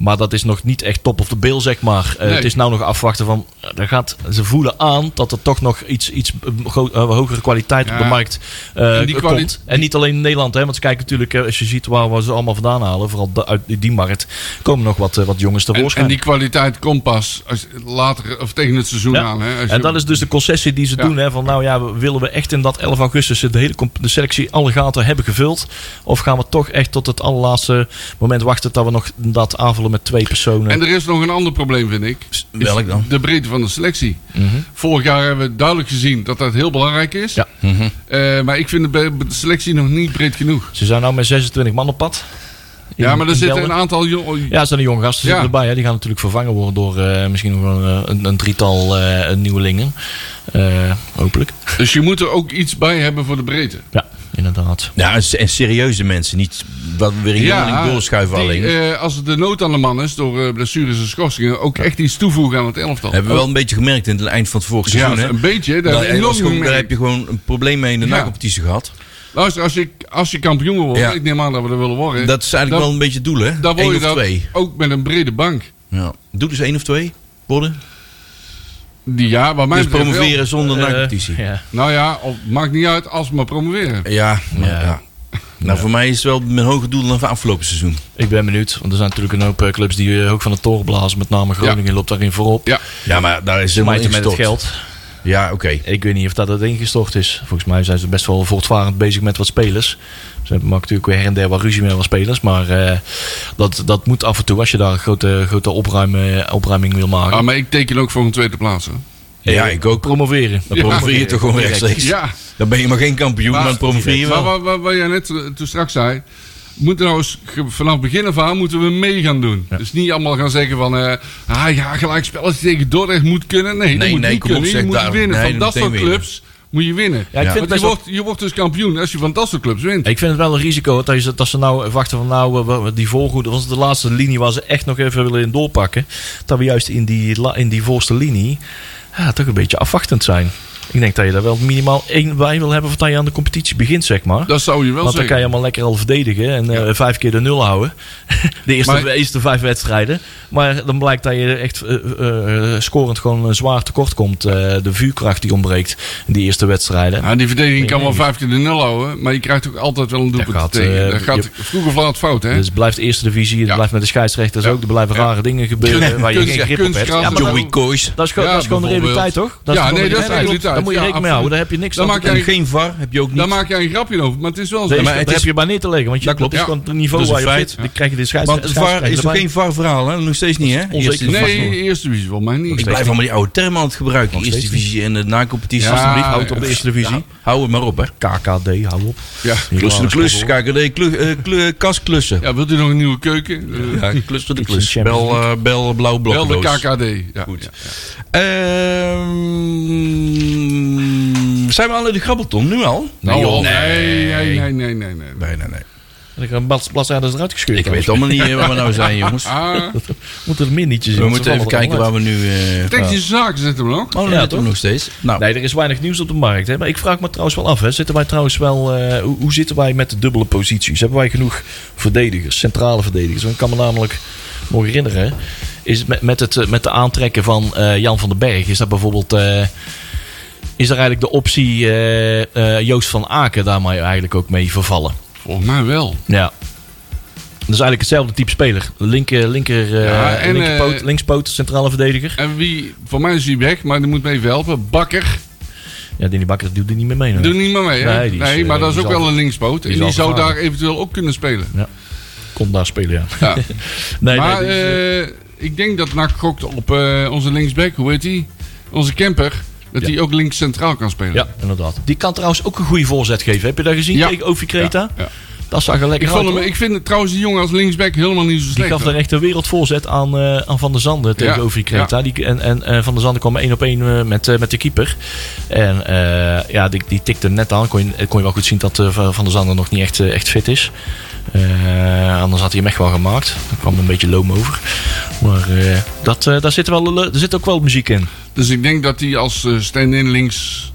Maar dat is nog niet echt top of the bill, zeg maar. Nee. Het is nou nog afwachten van... Ze voelen aan dat er toch nog iets hogere kwaliteit op de markt komt. En niet alleen in Nederland, hè, want ze kijken natuurlijk... als je ziet waar ze allemaal vandaan halen... vooral uit die markt... komen nog wat jongens tevoorschijn. En die kwaliteit komt pas later of tegen het seizoen aan. Hè, en dat is dus de concessie die ze doen. Hè, van willen we echt in dat 11 augustus... de selectie alle gaten hebben gevuld? Of gaan we toch echt tot het allerlaatste moment wachten... dat we nog dat aanvullen met 2 personen? En er is nog een ander probleem, vind ik. Welk dan? De breedte van de selectie. Mm-hmm. Vorig jaar hebben we duidelijk gezien dat heel belangrijk is. Ja. Mm-hmm. Maar ik vind de selectie nog niet breed genoeg. Ze zijn nou met 26 man op pad. Maar er zitten een aantal... Ja, er zijn de jonge gasten zitten erbij. Hè. Die gaan natuurlijk vervangen worden door misschien nog een drietal nieuwelingen. Hopelijk. Dus je moet er ook iets bij hebben voor de breedte. Ja, inderdaad. Ja, en serieuze mensen. Niet wat weer een jongeling doorschuiven alleen. Als het de nood aan de man is door blessures en schorsingen... ook echt iets toevoegen aan het elftal. Hebben we wel een beetje gemerkt in het eind van het vorige seizoen. Ja, een beetje. Daar heb je gewoon een probleem mee in de nacompetitie gehad. Luister, als je kampioen wil worden, ik neem aan dat we dat willen worden. Dat is eigenlijk wel een beetje het doel, hè? Dan word je dat 2. Ook met een brede bank. Ja. Doe dus 1 of 2 worden. Wat mij dus promoveren zonder nacompetitie. Nou ja, maakt niet uit als we maar promoveren. Ja. Nou, voor mij is het wel mijn hoge doel dan van afgelopen seizoen. Ik ben benieuwd, want er zijn natuurlijk een hoop clubs die ook van de toren blazen. Met name Groningen loopt daarin voorop. Ja, maar daar is helemaal met het geld. Ja, oké. Ik weet niet of dat ingestort is. Volgens mij zijn ze best wel voortvarend bezig met wat spelers. Ze maken natuurlijk weer her en der wat ruzie met wat spelers. Maar dat moet af en toe als je daar een grote opruiming wil maken. Maar ik teken ook voor een tweede plaats. Hè? Ja, ik ook. Promoveren. Dan promoveer je toch gewoon rechtstreeks. Ja. Dan ben je maar geen kampioen, maar dan promoveer je wel. Maar wat jij net toen straks zei... Moeten nou eens, vanaf begin af aan moeten we mee gaan doen. Ja. Dus niet allemaal gaan zeggen van... gelijk spelletje tegen Dordrecht moet kunnen. Nee, dat moet niet kunnen. Je moet winnen. Van dat soort clubs moet je winnen. Ja, ik vind je wordt dus kampioen als je van dat soort clubs wint. Ik vind het wel een risico dat ze nou wachten van die voorgoed. Dat was de laatste linie waar ze echt nog even willen in doorpakken. Dat we juist in die voorste linie toch een beetje afwachtend zijn. Ik denk dat je daar wel minimaal 1 bij wil hebben voordat je aan de competitie begint, zeg maar. Dat zou je wel Want dan kan je allemaal lekker al verdedigen en 5 keer de 0 houden. De eerste 5 wedstrijden. Maar dan blijkt dat je echt scorend gewoon zwaar tekort komt. De vuurkracht die ontbreekt in die eerste wedstrijden. Ja, die verdediging kan wel 5 keer de 0 houden, maar je krijgt ook altijd wel een doelpunt tegen. Dat gaat vroeg of laat fout, hè? Dus het blijft eerste divisie, het blijft met de scheidsrechters ook. Er blijven rare dingen gebeuren waar je geen grip op hebt. Ja, Joey Coys. Dat is gewoon de realiteit, toch? Dat is de realiteit. Daar moet je rekening mee houden. Daar heb je niks aan. Geen VAR heb je ook niet. Daar maak jij een grapje over, maar het is wel zo. Daar heb je bij neer te leggen, want dat klopt. Het is gewoon het niveau waar je op zit. Dan krijg je de scheidsrechter. Want het VAR is nog geen VAR-verhaal, hè? Nog steeds niet, hè? Nee, eerste divisie volgens mij niet. Ik blijf allemaal die oude termen aan het gebruiken. Eerste divisie en de na-competitie. Alsjeblieft, houd op de eerste divisie. Hou het maar op, hè? KKD, hou op. Ja, klussen de klus. KKD, kasklussen. Ja, wilt u nog een nieuwe keuken? Ja, klussen de klus. Bel blauw blok. Bel de KKD. Ja, goed. Zijn we al in de grabbelton nu al? Nee. Ik heb een bladzijde eruit gescheurd. Ik weet allemaal niet waar we nou zijn, jongens. Moeten er meer nietjes in. We moeten even kijken waar we nu... Technische zaken zitten we nog. Oh, ja, toch nog steeds. Nou. Nee, er is weinig nieuws op de markt. Hè? Maar ik vraag me trouwens wel af. Hè. Zitten wij trouwens wel... hoe zitten wij met de dubbele posities? Hebben wij genoeg verdedigers? Centrale verdedigers? Want ik kan me namelijk nog herinneren... Is met de aantrekken van Jan van den Berg... Is dat bijvoorbeeld... is er eigenlijk de optie Joost van Aken daarmee eigenlijk ook mee vervallen? Volgens mij wel. Ja. Dat is eigenlijk hetzelfde type speler. Linkspoot, centrale verdediger. En wie, voor mij is hij weg, maar die moet me even helpen. Bakker. Ja, Danny Bakker doet er niet meer mee. Doet niet meer mee, hè? Nee, maar dat is ook wel een linkspoot. En die zou daar eventueel ook kunnen spelen. Ja. Kon daar spelen, ja. Maar ik denk dat NAC gokt op onze linksback, hoe heet die? Onze Kemper. Dat hij ook links centraal kan spelen. Ja, inderdaad. Die kan trouwens ook een goede voorzet geven. Heb je dat gezien tegen Ovi Kreta? Ja. Dat zag er lekker uit. Ik vind trouwens die jongen als linksback helemaal niet zo slecht. Die gaf er echt een wereldvoorzet aan Van der Zanden tegen Ovi Kreta. Ja. En Van der Zanden kwam 1-op-1 met de keeper. En die tikte net aan. Kon je wel goed zien dat Van der Zanden nog niet echt fit is. Anders had hij hem echt wel gemaakt. Daar kwam een beetje loom over. Maar daar zit ook wel muziek in. Dus ik denk dat hij als stand-in links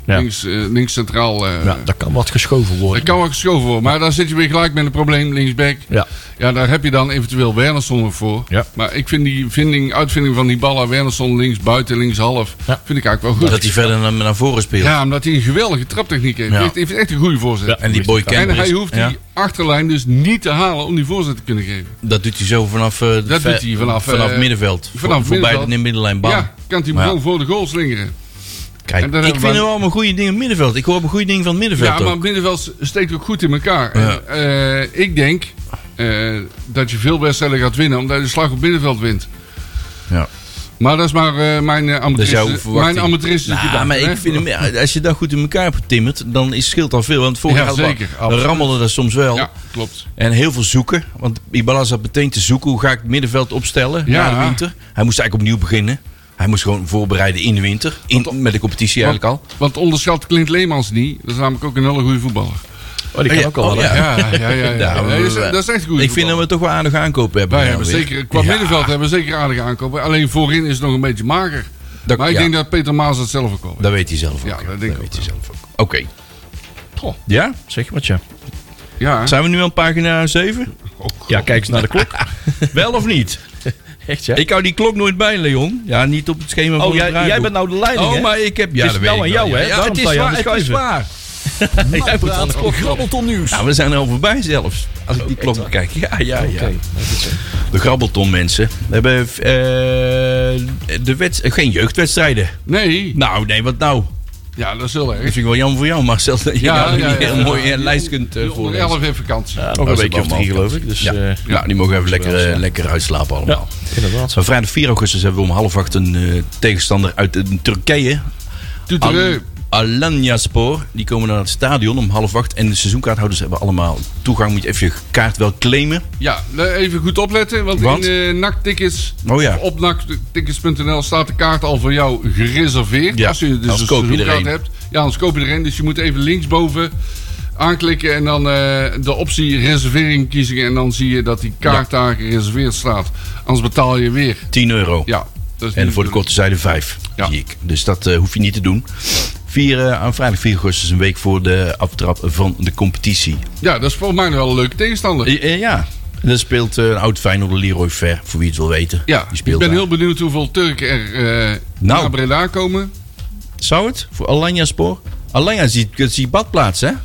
centraal... daar kan wat geschoven worden. Maar daar zit je weer gelijk met een probleem, linksback. Ja. Ja, daar heb je dan eventueel Wernersson nog voor. Ja. Maar ik vind die uitvinding van die bal aan Wernersson links, buiten, links, half. Ja. Vind ik eigenlijk wel goed. Dat hij verder naar voren speelt. Ja, omdat hij een geweldige traptechniek heeft. Ja. Hij heeft echt een goede voorzet. Ja, en die Boy Camper En hij hoeft die achterlijn dus niet te halen om die voorzet te kunnen geven. Dat doet hij zo vanaf middenveld. Vanaf voorbij de middenlijn. Bam. Ja, kan hij hem gewoon voor de goal slingeren. Kijk, ik vind hem allemaal goede dingen in het middenveld. Ik hoor een goede dingen van het middenveld. Ja, maar het middenveld steekt ook goed in elkaar. Ja. En, ik denk dat je veel wedstrijden gaat winnen omdat je de slag op middenveld wint. Ja. Maar dat is maar mijn amateuristische gedachte. Maar ik vind hem, als je dat goed in elkaar hebt getimmerd, dan scheelt al veel. Want vorig jaar rammelde dat soms wel. Ja, klopt. En heel veel zoeken. Want Ibala zat meteen te zoeken. Hoe ga ik het middenveld opstellen na de winter? Hij moest eigenlijk opnieuw beginnen. Hij moest gewoon voorbereiden in de winter. Met de competitie eigenlijk al. Want onderschat Clint Leemans niet. Dat is namelijk ook een hele goede voetballer. Oh, die kan ook al wel. Ja. Dat is echt goed. Ik vind dat we toch wel aardige aankopen hebben. Wij hebben zeker, qua middenveld hebben we zeker aardige aankopen. Alleen voorin is het nog een beetje mager. Maar ik denk dat Peter Maas het zelf ook wel weet. Dat weet hij zelf ook. Ja, dat denk ik ook. Oké. Ja? Zeg maar, tja. Ja. Zijn we nu aan pagina 7? Ja, kijk eens naar de klok. Wel of niet? Echt, ja? Ik hou die klok nooit bij, Leon. Ja, niet op het schema van het jij bent nou de leiding, hè? maar ik heb... Ja, het is nou aan jou, hè? Ja, het is waar. Nakpraat, Grabbelton nieuws. Nou, we zijn er al voorbij zelfs. Als ik die klok bekijk. Ja. De Grabbelton mensen. We hebben geen jeugdwedstrijden. Nee. Nou, nee, wat nou? Ja, dat is heel erg. Dat vind ik wel jammer voor jou, Marcel. Dat je een mooie lijst kunt voorlezen. Onder 11 in vakantie. Ja, nog een weekje of 3 geloof ik. Dus, die mogen even lekker uitslapen allemaal. Ja, inderdaad. Maar vrijdag 4 augustus hebben we om 7:30 een tegenstander uit Turkije. Alanyaspor. Die komen naar het stadion om 7:30. En de seizoenkaarthouders hebben allemaal toegang. Moet je even je kaart wel claimen. Ja, even goed opletten. Want in NAC-tickets op NAC-tickets.nl staat de kaart al voor jou gereserveerd. Ja, als je dus een seizoenkaart hebt. Ja, anders koop je er een. Dus je moet even linksboven aanklikken. En dan de optie reservering kiezen. En dan zie je dat die kaart daar gereserveerd staat. Anders betaal je weer €10. Ja. En voor de korte zijde 5. Zie ik. Dus dat hoef je niet te doen. Aan vrijdag 4 augustus, een week voor de aftrap van de competitie. Ja, dat is volgens mij wel een leuke tegenstander. Ja, dat speelt een oud Feyenoorder, Leroy Ver, voor wie het wil weten. Ja, die speelt ik ben heel benieuwd hoeveel Turken er naar Breda komen. Zou het? Voor Alanyaspor? Alanya is die badplaats, hè?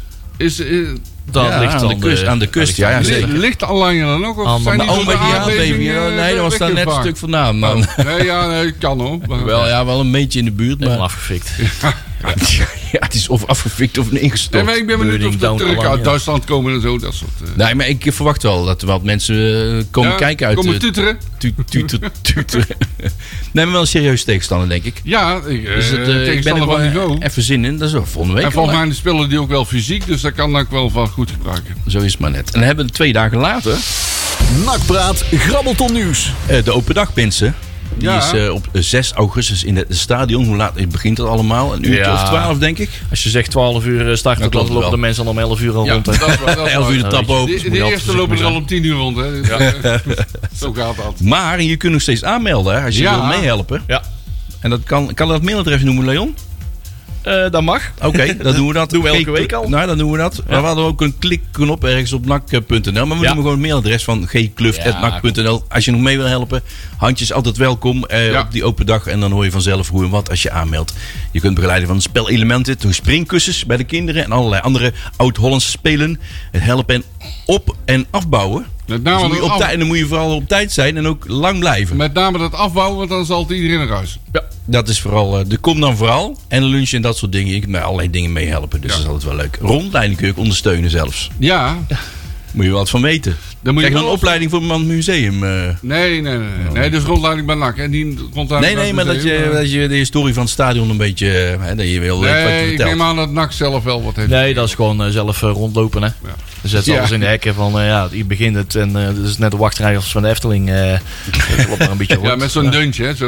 Dat ligt aan de kust. Ja, zeker. Ligt Alanya dan ook? Of zijn die aardbevingen? Nee, dat was daar net een stuk vandaan, man. Nee, kan hoor. Wel een beetje in de buurt. Maar afgefikt. Ja, het is of afgefikt of ingestort. Nee, maar ik ben benieuwd of de Turken uit Duitsland komen en zo. Dat soort, Nee, maar ik verwacht wel dat er wat mensen komen kijken uit... Komen tuteren? Tuteren. Nee, maar wel een serieus tegenstander, denk ik. Ja, ik ben er wel niveau. Even zin in. Dat is wel volgende week. En volgens mij spelen die ook wel fysiek. Dus dat kan ik wel van goed gebruiken. Zo is het maar net. En dan hebben we 2 dagen later... Nakpraat, Grabbelton nieuws. De open dag, mensen. Die is op 6 augustus in het stadion. Hoe laat begint dat allemaal? Een uurtje of 12, denk ik. Als je zegt 12 uur start, dan lopen de mensen al om 11 uur al rond. Dat 11 uur de trap open. De eerste lopen er al om 10 uur rond. Hè. Zo gaat dat. Maar je kunt nog steeds aanmelden hè, als je wil meehelpen. Ja. En dat kan dat mailadres noemen, Leon? Dat mag. Oké, dan doen we dat. Doen we elke week al. Nou, dan doen we dat. Ja. Maar we hadden ook een klikknop ergens op nak.nl. Maar we noemen gewoon het mailadres van gkluft@nak.nl. Als je nog mee wil helpen, handjes altijd welkom op die open dag. En dan hoor je vanzelf hoe en wat als je aanmeldt. Je kunt begeleiden van spelelementen, door springkussens bij de kinderen en allerlei andere oud-Hollandse spelen. Het helpen en op- en afbouwen. Met name dus en dan moet je vooral op tijd zijn en ook lang blijven. Met name dat afbouwen, want dan zal iedereen naar huis. Ja, dat is vooral. De kom dan vooral. En lunch en dat soort dingen. Je kunt met allerlei dingen meehelpen. Dus dat is altijd wel leuk. Rondleiding kun je ook ondersteunen zelfs. Ja. Moet je wel wat van weten. Dan moet je een opleiding voor een museum. Nee, dus rondleiding bij NAC. Nee, maar dat je de historie van het stadion een beetje... dat je wil weten wat je vertelt. Ik neem aan dat NAC zelf wel wat heeft. Nee, dat is gewoon zelf rondlopen. Hè. Ja. Dan zet ze alles in de hekken van... hier begint het. En dat is net de wachtrij als van de Efteling. Loopt maar een beetje rond. Ja, met zo'n deuntje. Hè. Zo...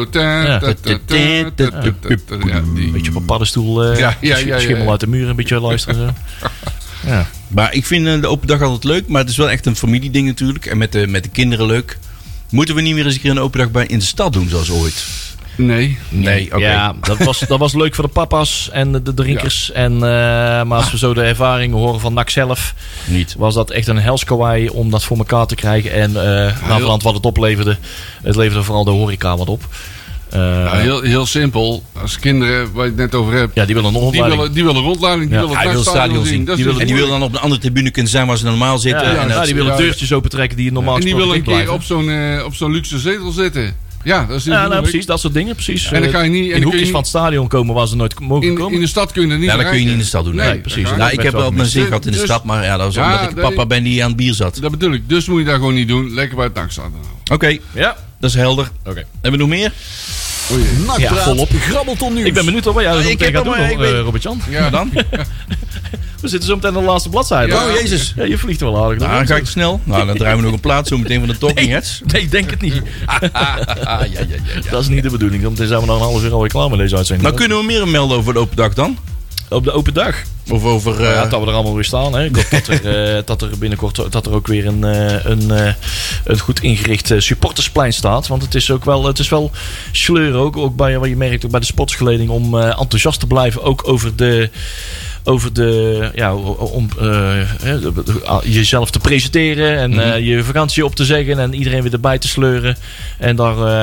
Een beetje op een paddenstoel. Schimmel uit de muur een beetje luisteren. Zo. Ja. Maar ik vind de open dag altijd leuk. Maar het is wel echt een familieding natuurlijk. En met de kinderen leuk. Moeten we niet meer eens een keer een open dag in de stad doen zoals ooit? Nee, oké. Ja, dat was leuk voor de papa's en de drinkers. Ja. Maar als we zo de ervaringen horen van NAC zelf, niet. Was dat echt een helskowaai om dat voor elkaar te krijgen. En naderhand wat het opleverde, het leverde vooral de horeca wat op. Heel simpel. Als kinderen, waar je het net over hebt... Ja, die willen een rondleiding. Die willen rondleiding. Die willen het stadion zien. Die willen dan op een andere tribune kunnen zijn waar ze normaal zitten. Die willen deurtjes opentrekken die je normaal gesproken En die willen een keer op zo'n luxe zetel zitten. Ja, dat is precies, dat soort dingen. Precies. En dan ga je niet in hoekjes van het stadion komen waar ze nooit mogen komen. In de stad kun je dat niet. Ja, dat kun je niet in de stad doen. Nee, precies. Ik heb wel op mijn zin gehad in de stad, maar dat was omdat ik papa ben die aan het bier zat. Dat bedoel ik. Dus moet je dat gewoon niet doen. Lekker bij het NAC-stadion. Oké, ja, dat is helder. Hebben we nog meer? NAC volop grabbelton nieuws. Ik ben benieuwd wat jij zo meteen gaat doen, Robert-Jan. Ja, dan? We zitten zo meteen aan de laatste bladzijde. Oh, jezus. Ja, je vliegt er wel aardig. Dan ga ik snel. Nou, dan draaien we nog een plaats zo meteen van de Talking Heads. Nee, denk het niet. Dat is niet de bedoeling. Want dan zijn we dan een half uur alweer klaar met deze uitzending. Nou, kunnen we meer melden over de open dag dan? Op de open dag? Of over... dat we er allemaal weer staan. Hè. Ik hoop dat er binnenkort dat er ook weer een goed ingericht supportersplein staat. Want het is wel sleur ook bij wat je merkt ook bij de sportsgeleding om enthousiast te blijven. Ook over om jezelf te presenteren en je vakantie op te zeggen en iedereen weer erbij te sleuren. En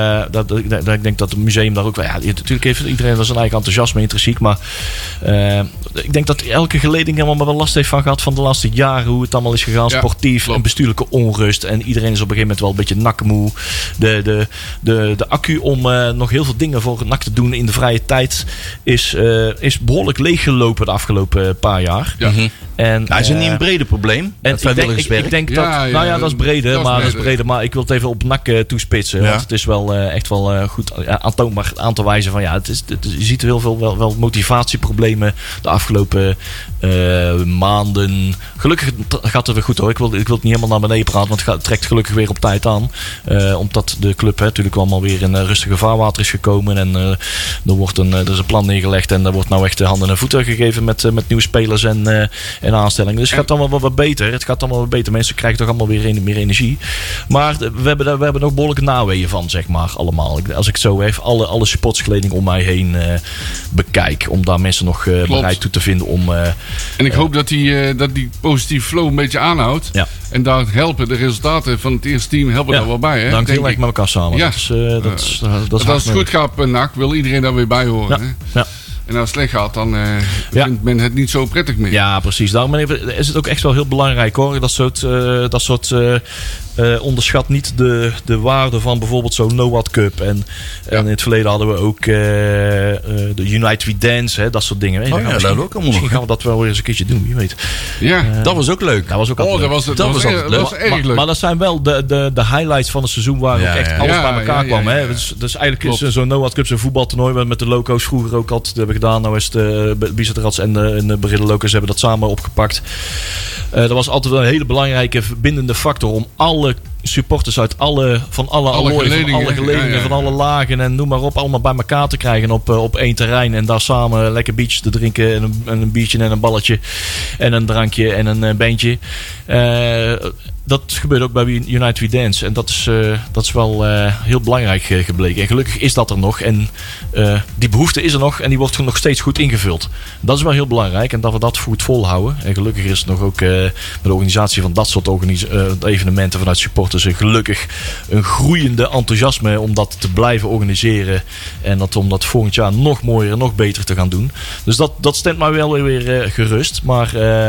ik denk dat het museum daar ook wel... Ja, natuurlijk heeft iedereen wel zijn eigen enthousiasme intrinsiek, maar ik denk dat elke geleding helemaal wel last heeft van gehad van de laatste jaren, hoe het allemaal is gegaan, sportief en bestuurlijke onrust. En iedereen is op een gegeven moment wel een beetje nakkemoe. De accu om nog heel veel dingen voor het NAC te doen in de vrije tijd is behoorlijk leeggelopen de afgelopen paar jaar. Ja. En, is het niet een breder probleem? En ik denk dat... dat is breder. Maar ik wil het even op NAC toespitsen. Ja. Want het is wel echt wel goed aantoonbaar aan te wijzen van... je ziet heel veel wel motivatieproblemen de afgelopen maanden. Gelukkig gaat het weer goed hoor. Ik wil het niet helemaal naar beneden praten. Want het trekt gelukkig weer op tijd aan. Omdat de club natuurlijk allemaal weer in rustige vaarwater is gekomen. En er is een plan neergelegd. En er wordt nou echt handen en voeten gegeven met nieuwe spelers en aanstellingen. Dus het gaat allemaal wat beter. Mensen krijgen toch allemaal weer meer energie. Maar we hebben nog behoorlijke naweeën van, zeg maar, allemaal. Als ik het zo even alle supportskleding om mij heen bekijk. Om daar mensen nog bereid toe te vinden om... en ik hoop dat die positieve flow een beetje aanhoudt. Ja. En daar helpen de resultaten van het eerste team daar wel bij. Hè? Dank heel erg met elkaar samen. Ja. Als het goed gaat bij NAC, wil iedereen daar weer bij horen. Ja. Hè? Ja. En als het slecht gaat, dan vindt men het niet zo prettig meer. Ja, precies. Daarom is het ook echt wel heel belangrijk hoor. Dat soort onderschat niet de waarde van bijvoorbeeld zo'n NOAD Cup. En in het verleden hadden we ook de United We Dance, hè, dat soort dingen. Misschien gaan we dat wel weer eens een keertje doen, wie weet. Ja, dat was ook leuk. Dat was ook altijd leuk. Dat was erg leuk. Maar dat zijn wel de highlights van het seizoen waar ook echt alles bij elkaar kwam. Hè. Dus eigenlijk is zo'n NOAD Cup, zo'n voetbaltoernooi met de loco's vroeger ook altijd hebben gedaan. Nou is de Bizetrats en de Brille Locos hebben dat samen opgepakt. Dat was altijd een hele belangrijke verbindende factor om alle supporters uit alle geledingen, van alle lagen en noem maar op, allemaal bij elkaar te krijgen op één terrein en daar samen lekker biertjes te drinken en een biertje en een balletje en een drankje en een beentje. Dat gebeurt ook bij United We Dance. En dat is wel heel belangrijk gebleken. En gelukkig is dat er nog. En die behoefte is er nog. En die wordt nog steeds goed ingevuld. Dat is wel heel belangrijk. En dat we dat goed volhouden. En gelukkig is het nog ook met de organisatie van dat soort evenementen vanuit supporters gelukkig een groeiende enthousiasme om dat te blijven organiseren. En om dat volgend jaar nog mooier en nog beter te gaan doen. Dus dat stemt mij wel weer gerust. Maar...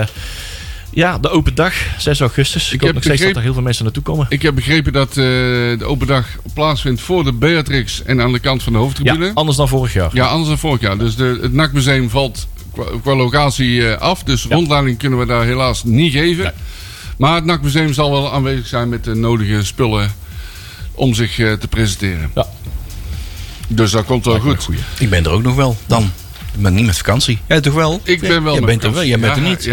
ja, de open dag, 6 augustus. Ik hoop nog steeds dat er heel veel mensen naartoe komen. Ik heb begrepen dat de open dag plaatsvindt voor de Beatrix en aan de kant van de hoofdtribune. Ja, anders dan vorig jaar. Ja, anders dan vorig jaar. Dus het NAC-museum valt qua locatie af. Dus rondleiding kunnen we daar helaas niet geven. Nee. Maar het NAC-museum zal wel aanwezig zijn met de nodige spullen om zich te presenteren. Ja. Dus dat komt wel goed. Ik ben er ook nog wel dan. Ik ben niet met vakantie. Jij toch wel? Ik ben wel. Jij bent er wel. Jij bent er niet.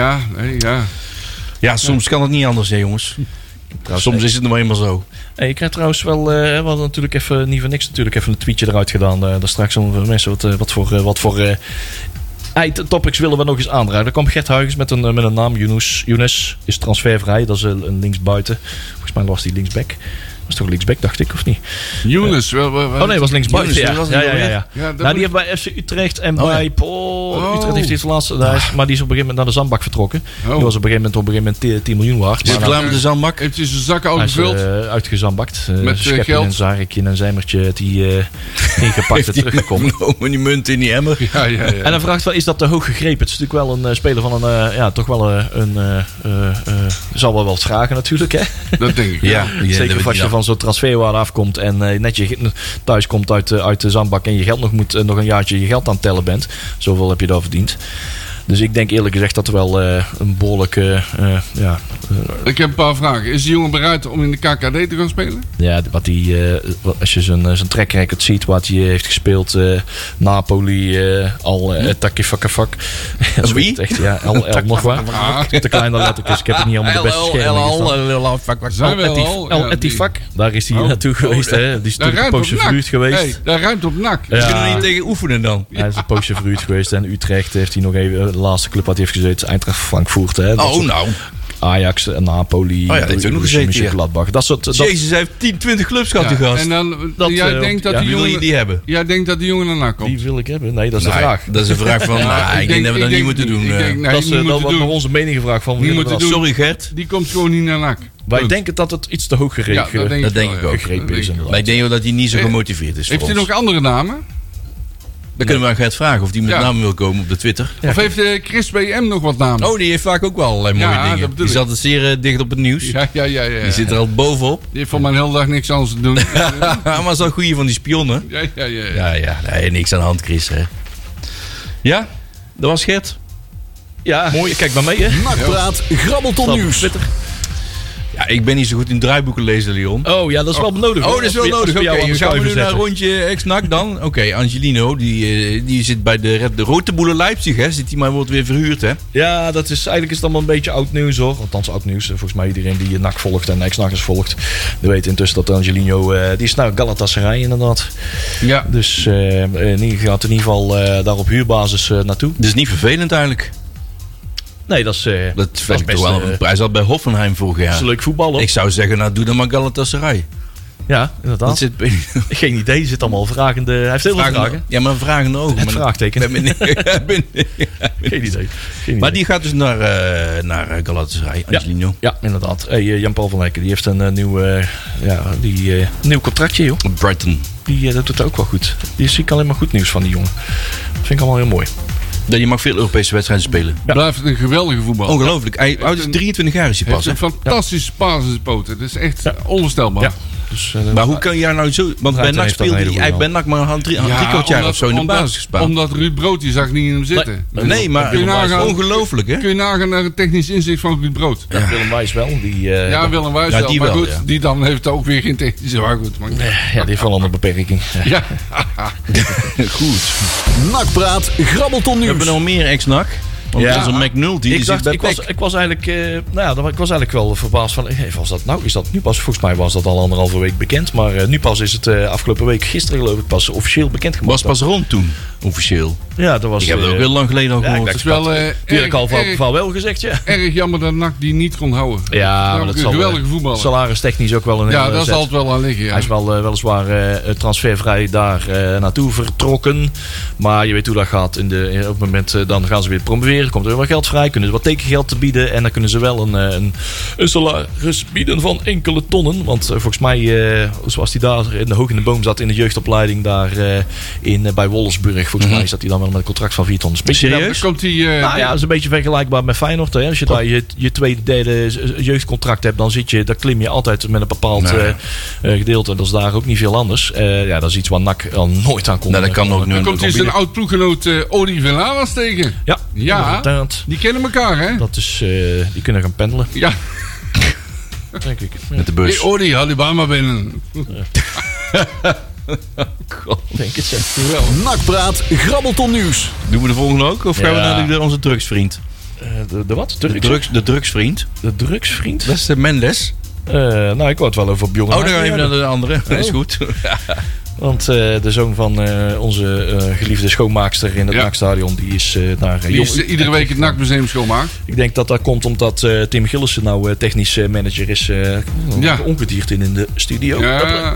Ja, soms kan het niet anders, hè, jongens. Soms is het nou eenmaal zo. Hey, ik krijg trouwens wel... we hadden natuurlijk even, niet voor niks, natuurlijk even een tweetje eruit gedaan. Daar straks om mensen wat voor topics willen we nog eens aandragen. Er kwam Gert Huygens met een naam. Younes is transfervrij. Dat is een linksbuiten. Volgens mij was hij linksback. Was toch linksback, dacht ik, of niet? Younes. Oh nee, was linksback. Ja. Nou, die heeft bij FC Utrecht en bij Utrecht heeft hij het laatste. Maar die is op een gegeven moment naar de zandbak vertrokken. Die was op een gegeven moment 10 miljoen waard. Is het klaar met de zandbak? Heeft hij zijn zakken al gevuld? Uitgezandbakt. Met geld? Een zarikje en een zijmertje die ingepakt en teruggekomen. Met die munt in die emmer. Ja. En dan vraagt wel, is dat te hoog gegrepen? Het is natuurlijk wel een speler van toch wel zal wel wat vragen natuurlijk, hè? Dat denk ik. Ja. Zeker als je van zo'n transferwaarde afkomt en net je thuis komt uit de zandbak en je geld nog een jaartje je geld aan het tellen bent. Zoveel heb je daar verdiend. Dus ik denk eerlijk gezegd dat er wel een behoorlijke... Ik heb een paar vragen. Is die jongen bereid om in de KKD te gaan spelen? Ja, als je zijn track record ziet, wat hij heeft gespeeld. Napoli, Takifakafak. Wie? Echt, ja, al nog waar. Te kleine lettertjes. Ik heb het niet allemaal de beste schermen. El Etifak. Daar is hij naartoe geweest. Die is natuurlijk een poosje verhuurd geweest. Daar ruimt op nak. Je kunt er niet tegen oefenen dan. Hij is een poosje verhuurd geweest. En Utrecht heeft hij nog even... De laatste club wat hij heeft gezeten, Eintracht Frankfurt. Hè, Ajax, Napoli, dat heeft ook nog gezeten. Gladbach. Jezus, hij heeft 20 clubs gehad, die gast. En dan, jij denkt dat die jongen die hebben. Jij denkt dat die jongen ernaar komt? Die wil ik hebben. Nee, dat is de vraag. Dat is een vraag van, ik denk dat we dat niet moeten doen. Dat is nog onze mening gevraagd van. Sorry Gert. Die komt gewoon niet naar NAC. Wij denken dat het iets te hoog gegrepen dat denk ik ook. Is. Maar ik denk dat hij niet zo gemotiveerd is. Heeft hij nog andere namen? Dan kunnen we aan Gert vragen of hij met namen wil komen op de Twitter. Of heeft Chris BM nog wat namen? Oh, die heeft vaak ook wel mooie dingen. Die zat zeer dicht op het nieuws. Ja. Die zit er al bovenop. Die heeft van mijn hele dag niks anders te doen. Maar dat is wel goeie van die spionnen. Ja. Nee, niks aan de hand, Chris. Hè. Ja, dat was Gert. Ja, mooi. Kijk maar mee, hè. Nakpraat, Grabbelton Nieuws. Ja, ik ben niet zo goed in draaiboeken lezen, Leon. Oh ja, dat is wel nodig. Oh, dat is wel nodig. Oké, gaan we nu naar een rondje ex-NAC dan? Oké, Angelino, die zit bij de Rote Boele Leipzig, hè? Wordt weer verhuurd, hè? Ja, eigenlijk is het allemaal een beetje oud nieuws, hoor. Althans, oud nieuws. Volgens mij iedereen die NAC volgt en ex-NACers volgt, die weet intussen dat Angelino, die is nou Galatasaray inderdaad. Ja. Dus die gaat in ieder geval daar op huurbasis naartoe. Dat is niet vervelend eigenlijk. Nee, dat is best wel een prijs al bij Hoffenheim vorig jaar. Dat is leuk voetbal, hoor. Ik zou zeggen, doe dan maar Galatasaray. Ja, inderdaad. Geen idee, er zit allemaal vragende... Hij heeft heel veel vragen. Ja, maar vragende ogen. Het vraagteken. Geen idee. Maar die gaat dus naar Galatasaray, Angelino. Ja, inderdaad. Jan-Paul van Hekken, die heeft een nieuw contractje, joh. Brighton. Dat doet ook wel goed. Die zie ik alleen maar goed nieuws van die jongen. Dat vind ik allemaal heel mooi. Dat je mag veel Europese wedstrijden spelen. Ja. Blijft het een geweldige voetbal. Ongelooflijk. Hij is 23 jaar is hij pas. Hij heeft een fantastische paas in zijn poten. Dat is echt onvoorstelbaar. Ja. Dus, maar hoe kan jij nou zo... Want bij NAC speelde hij bij NAC maar een drie kwart jaar of zo in de basis gespeeld. Omdat Ruud Brood, die zag niet in hem zitten. Nee, maar ongelooflijk, hè? Kun je nagaan naar het technisch inzicht van Ruud Brood. Ja. Willem Wijs wel. Willem Wijs wel. Maar goed, die dan heeft ook weer geen technische waargoed. Maar... Ja, die heeft wel een andere beperking. Ja. Goed. Nakpraat, Grabbelton Nieuws. We hebben nog meer ex-NAC. Want dat is een McNulty. Ik was eigenlijk wel verbaasd van... was dat nou? Is dat nu pas? Volgens mij was dat al 1,5 week bekend. Maar nu pas is het afgelopen week, gisteren geloof ik, pas officieel bekendgemaakt. Was pas rond toen, officieel. Ja, dat was... Ik heb het ook heel lang geleden al gehoord. Dat is wel... Dirk al wel gezegd, ja. Erg jammer dat NAC die niet kon houden. Ja, maar dat is een geweldige voetballer. Salaris-technisch ook wel een... Ja, daar zal het wel aan liggen. Ja. Hij is wel weliswaar transfervrij daar naartoe vertrokken. Maar je weet hoe dat gaat. Op het moment dan gaan ze weer promoveren. Komt er weer wat geld vrij. Kunnen ze wat tekengeld te bieden. En dan kunnen ze wel een salaris bieden van enkele tonnen. Want volgens mij, zoals hij daar hoog in de boom zat in de jeugdopleiding daar bij Wolfsburg. Volgens mij zat hij dan wel met een contract van 4 ton. Serieus? Komt hij... nou ja, dat is een beetje vergelijkbaar met Feyenoord. Hè. Als je daar je tweede, derde jeugdcontract hebt, dan klim je altijd met een bepaald gedeelte. Dat is daar ook niet veel anders. Dat is iets waar NAC al nooit aan komt. Dat kan nog nu. Dan komt hij zijn oud ploeggenoot Odi Venaras tegen. Ja, die kennen elkaar, hè? Dat is, die kunnen gaan pendelen. Ja. Denk ik. Met de bus. Hey, Odi, haal die baan maar binnen. God, denk het zo. Nakpraat, Grabbelton Nieuws. Doen we de volgende ook? Of gaan we naar onze drugsvriend? De wat? De drugsvriend. De drugsvriend? Dat is de Mendes. Ik wou het wel over Bjorn. Dan gaan we even naar de andere. Dat is goed. Want de zoon van onze geliefde schoonmaakster in het NAC-stadion, die is naar die is iedere week het NAC-museum schoonmaakt. Ik denk dat dat komt omdat Tim Gillissen nou technisch manager is. Ongedierd in de studio. Ja.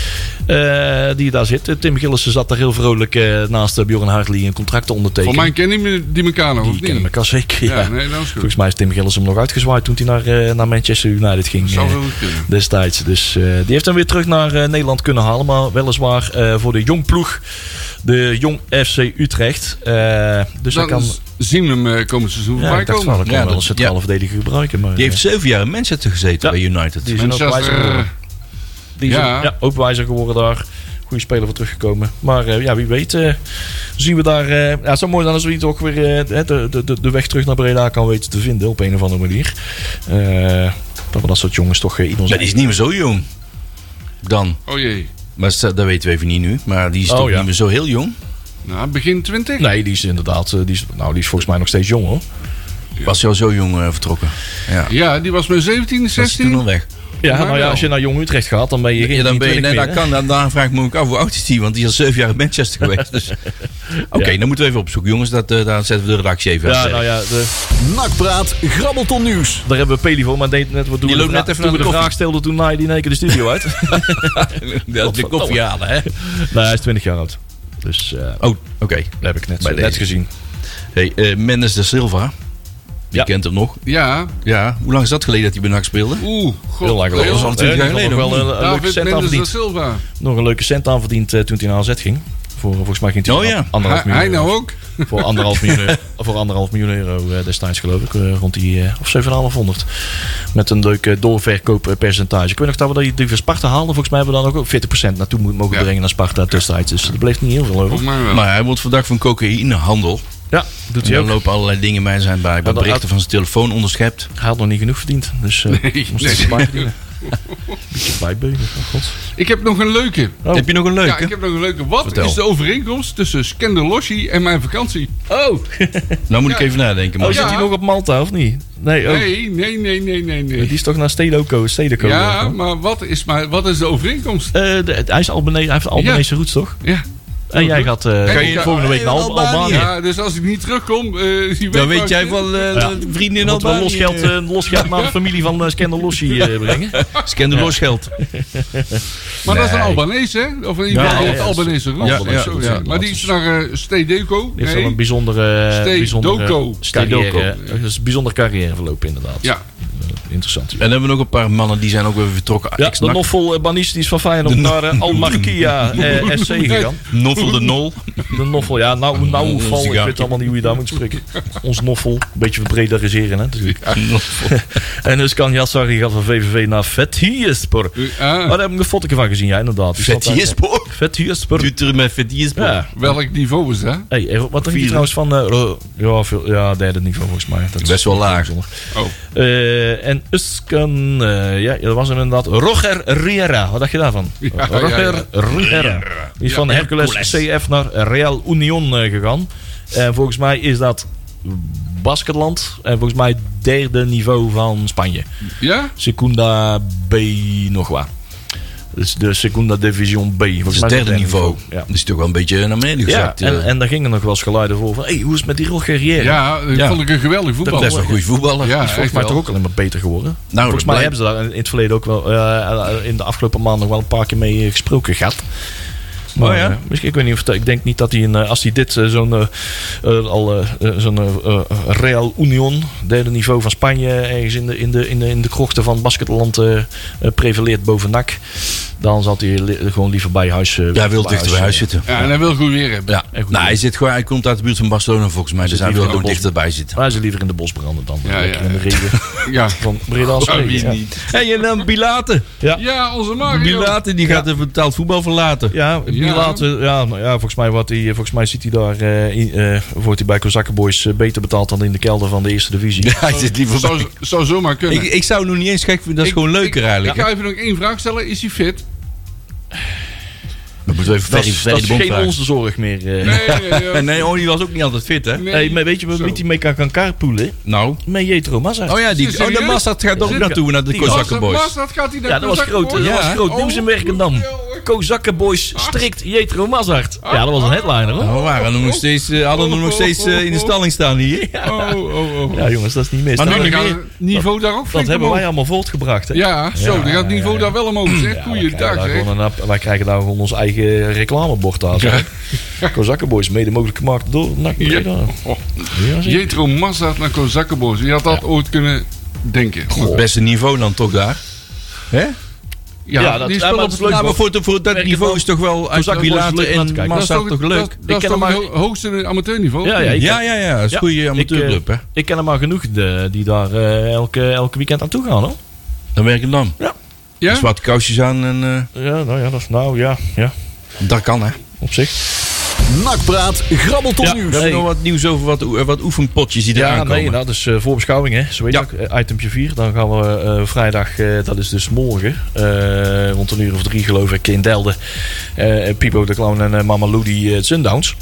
Die daar zit. Tim Gillissen zat daar heel vrolijk naast Bjorn Hartley een contract te ondertekenen. Voor mij kennen die elkaar nog, of niet? Die kennen elkaar zeker, ja. Nee, dat is goed. Volgens mij is Tim Gillissen hem nog uitgezwaaid toen hij naar Manchester United ging. Dat zou wel kunnen. Destijds. Dus die heeft hem weer terug naar Nederland kunnen halen. Maar weliswaar voor de jongploeg. De Jong FC Utrecht. Dus dan kan zien we hem komend seizoen voorbij komen. Dat kan wel een centrale verdediger gebruiken. Maar, die heeft 7 jaar in Manchester gezeten bij United. Die is ook wijzer geworden. Die is ook wijzer geworden daar. Goede speler voor teruggekomen. Maar wie weet zien we daar... het zou mooi zijn als we toch weer de weg terug naar Breda kan weten te vinden. Op een of andere manier. Dat we dat soort jongens toch ieder die is niet meer zo jong. Dan. Oh jee. Maar dat weten we even niet nu. Maar die is toch niet meer zo heel jong? Nou, begin 20? Nee, die is inderdaad... die is volgens mij nog steeds jong, hoor. Ja. Was hij al zo jong vertrokken? Ja, die was met 17, 16. Was toen al weg? Ja, als je naar Jong Utrecht gaat, dan ben je geen... dan ben je, dat kan. Dan vraag ik me ook af, hoe oud is die? Want die is al 7 jaar in Manchester geweest. Dus. Oké, dan moeten we even opzoeken. Jongens, daar zetten we de redactie even aan. Nakpraat, Grabbelton Nieuws. Daar hebben we Peli voor, maar net wat doen die loopt net even naar de vraag stelde, toen naaide die in één keer de studio uit. Dat is de koffie halen, hè? Nee, hij is 20 jaar oud. Dus, oké. Dat heb ik net gezien. Hey, Mendes de Silva. Je kent hem nog. Ja. Hoe lang is dat geleden dat hij bij NAC speelde? Heel lang geleden. Dat was al 20 jaar geleden. Nog wel een leuke cent aan verdiend. Nog een leuke cent aan verdiend toen hij naar AZ ging. Volgens mij ging hij 1,5 miljoen. Hij nou ook? Voor 1,5 miljoen euro destijds geloof ik. Rond die, of 7,500. Met een leuk doorverkooppercentage. Ik weet nog dat we die van Sparta haalden. Volgens mij hebben we dan ook 40% naartoe mogen brengen naar Sparta destijds. Dus er bleef niet heel veel over. Maar hij wordt verdacht van cocaïnehandel. Ja, doet hij ook. Er lopen allerlei dingen bij zijn bij berichten van zijn telefoon onderschept. Hij had nog niet genoeg verdiend. Dus moest hij erbij verdienen. Beetje bijbeugen, god. Ik heb nog een leuke. Heb je nog een leuke? Ja, ik heb nog een leuke. Wat is de overeenkomst tussen Scandalossi en mijn vakantie? Oh! Nou moet ik even nadenken. Maar zit hij nog op Malta of niet? Nee. Nee. Die is toch naar Stedeco. Ja, maar wat is de overeenkomst? Hij heeft Albanese roots, toch? Ja. En jij gaat volgende week naar Albanië. Ja, dus als ik niet terugkom... dan weet jij van vrienden in Albanië. Losgeld naar de familie van Scandalossi brengen. Scandalosgeld. Maar dat is een Albanese, hè? Of in ieder geval het Albanese route. Ja. Maar die is naar Stedeco. Die heeft wel een bijzondere carrière. Dat is een bijzonder carrièreverloop inderdaad. Ja. Interessant. En dan hebben we nog een paar mannen die zijn ook weer vertrokken. Ja, de Noffel Banis die is van Feyenoord naar Al-Markia SC gegaan. Noffel de Nol. De Noffel, ja. Nou val. Ik weet allemaal niet hoe je daar moet spreken. Ons Noffel. Een beetje verbredariseren, hè. En dus kan Yassari gaat van VVV naar Fethiyeспor. Daar heb ik een foto van gezien, ja, inderdaad. Fethiyeспor? Fethiyeспor. Doet er met Fethiyespor. Ja. Welk niveau is dat? Hey, wat denk je trouwens van... derde niveau volgens mij. Dat is best wel laag. En Uskan, dat was hem inderdaad. Roger Riera, wat dacht je daarvan? Roger Riera. Die is van Hercules CF naar Real Union gegaan. En volgens mij is dat basketland. En volgens mij derde niveau van Spanje. Ja? Secunda B nog wat. Dus de Segunda Division B. Dat is het derde niveau. Ja. Dat is toch wel een beetje naar beneden gezakt. Ja, en daar gingen nog wel eens geluiden voor van... hoe is het met die Roger Riera? Ja, dat vond ik een geweldig voetballer. Dat is een goede voetballer. Ja, die is volgens mij toch ook alleen maar beter geworden. Nou, volgens mij hebben ze daar in het verleden ook wel... in de afgelopen maanden nog wel een paar keer mee gesproken gehad. Maar misschien, ik weet niet of ik denk niet dat hij als hij dit zo'n Real Union, derde niveau van Spanje, ergens in de krochten van basketland prevaleert boven NAC, dan zal hij gewoon liever bij huis. Hij wil dichter bij huis zitten. Ja, en hij wil goed weer hebben. Ja. Hij komt uit de buurt van Barcelona volgens mij, dus hij wil gewoon dichterbij zitten. Maar hij is liever in de bosbranden dan. Lekker in de regen van Breda. En dan Bilate. Ja, onze Mario. Bilate die gaat even betaald voetbal verlaten. Ja, Bilate, volgens mij ziet hij daar, wordt hij bij Kozakkenboys beter betaald dan in de kelder van de eerste divisie. Ja, hij zit liever bij. Zou zomaar kunnen. Ik zou het nog niet eens gek vinden, dat is gewoon leuker eigenlijk. Ik ga even nog één vraag stellen, is hij fit? Dat moeten we even dat is geen onze zorg meer. Nee, die was ook niet altijd fit, hè? Nee. Maar weet je wie hij mee kan carpoolen? Nou? Met Jetro Massart. Oh ja, de Massart gaat ook naartoe, naar de Kozakkenboys. Massart gaat hij naar dat was groot. Dat was groot nieuws in Werkendam. Kozakkenboys strikt Jetro Mazart. Ja, dat was een headliner, hoor. We waren hadden hem nog steeds in de stalling staan hier. Ja, jongens, dat is niet mis. Maar nu gaat het niveau daar ook dat hebben wij allemaal voortgebracht, hè? Ja, zo. Dan gaat het niveau daar wel omhoog, zeg. Goeiedag, zeg. Wij krijgen daar gewoon ons eigen reclamebord aan. Kozakkenboys, mede mogelijk gemaakt door NAC Breda. Jetro Mazart naar Kozakkenboys. Je had dat ooit kunnen denken. Het beste niveau dan toch daar? Hè? Ja, dat is voor dat niveau is toch wel uit Bilater en Mazart toch leuk? Dat is toch het hoogste amateurniveau? Ja, dat is een goede amateurclub, hè? Ik ken er maar genoeg die daar elke weekend aan toe gaan, hoor. Dan werk ik dan. Ja. Zwarte kousjes aan en... Ja. Dat kan, hè? Op zich. Nakpraat, grabbelton nieuws. We hebben nog wat nieuws over wat oefenpotjes die eraan komen. Dat is voorbeschouwing, hè. Zo weet ik. Itempje 4. Dan gaan we vrijdag, dat is dus morgen, rond een uur of 3 geloof ik, in Delden. Pipo de Clown en Mama Ludi Sundowns.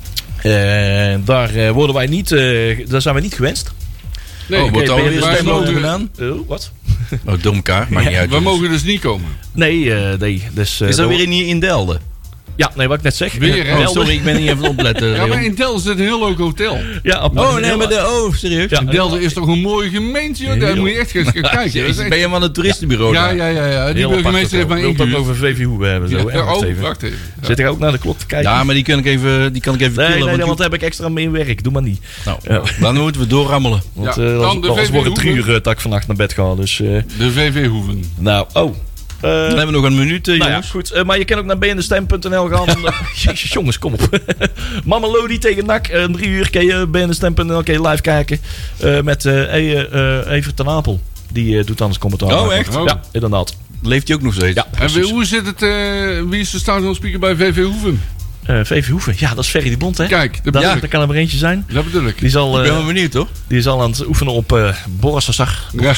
Daar worden wij niet, daar zijn we niet gewenst. Nee, wordt alweer een stemloten gedaan? Wat? Door elkaar, maakt niet uit. We mogen dus niet komen. Nee. Dus, is dat weer in Delden? Ja, nee, wat ik net zeg. Weer, hè? Sorry, ik ben niet even opletten. Ja, maar in Delden zit een heel leuk hotel. Ja, serieus? Ja, Delden is toch een mooie gemeente, joh. Daar moet je echt gaan kijken. Ben je van het toeristenbureau? Ja. Die burgemeester heeft mij ingehuurd. We over VV Hoeve hebben. Zo. Wacht even. Zit ik ook naar de klok te kijken? Ja, maar die kan ik even killen. Nee, want heb ik extra mee werk. Doe maar niet. Nou, dan moeten we doorrammelen. Want anders wordt het 3 uur dat ik vannacht naar bed ga. Dus, de VV Hoeven. Nou, dan hebben we nog een minuut, jongens. Ja, goed. Maar je kan ook naar bndestem.nl gaan. Jongens, kom op. Mama Lodi tegen NAC. 3 uur kan je bndestem.nl live kijken. Met Evert ten Apel. Die doet anders commentaar. Oh, echt? Ja, inderdaad. Leeft hij ook nog steeds? Ja, en hoe zit het? Wie is de stadionspeaker bij VV Hoeven? VV Hoeven. Ja, dat is Ferry de Bond, hè? Kijk, dat kan er maar eentje zijn. Dat bedoel ik. Ik ben wel benieuwd, hoor. Die is al aan het oefenen op Borissassar.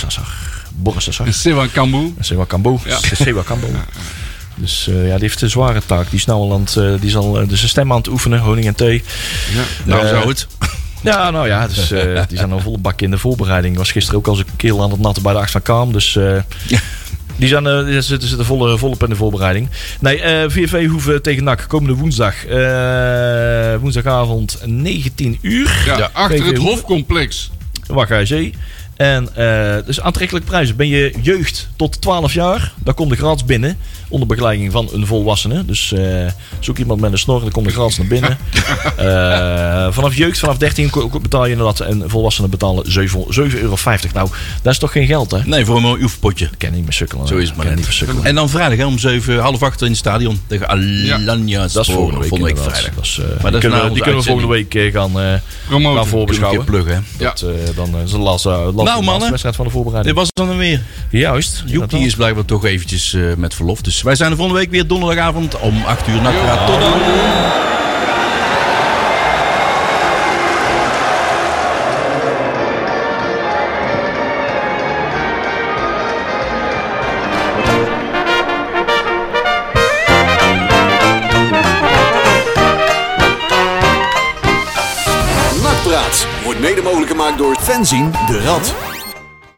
Sewa Kambu. Dus die heeft een zware taak. Die is nou al die is al zijn stem aan het oefenen, honing en thee. Ja, nou zou het. Ja, nou ja, dus die zijn al volle bak in de voorbereiding. Was gisteren ook als een keel aan het natten bij de 8 van Kaam. Dus die zitten volop in de voorbereiding. Nee, VV Hoeven tegen NAC komende woensdag. Woensdagavond 19 uur. Ja, achter het Hofcomplex. Waggerzee. En dus aantrekkelijke prijzen. Ben je jeugd tot 12 jaar, dan kom je gratis binnen. Onder begeleiding van een volwassene. Dus zoek iemand met een snor, dan kom je gratis naar binnen. Vanaf jeugd, vanaf 13 betaal je inderdaad. En volwassenen betalen €7,50. Nou, dat is toch geen geld, hè? Nee, voor een mooi oefenpotje. Ik ken niet meer sukkelen. Zo is het maar net. En dan vrijdag om 7:30 in het stadion tegen Alanya. Dat is volgende week vrijdag. Maar die kunnen we volgende week gaan voorbeschouwen. Pluggen. Dat is de laatste wedstrijd van de voorbereiding. Dit was dan weer. Juist. Joep, die is blijkbaar toch eventjes met verlof. Dus wij zijn er volgende week weer donderdagavond om 8 uur. Nakpraat. Tot dan. Nakpraat wordt mede mogelijk gemaakt door Fenzin de Rad.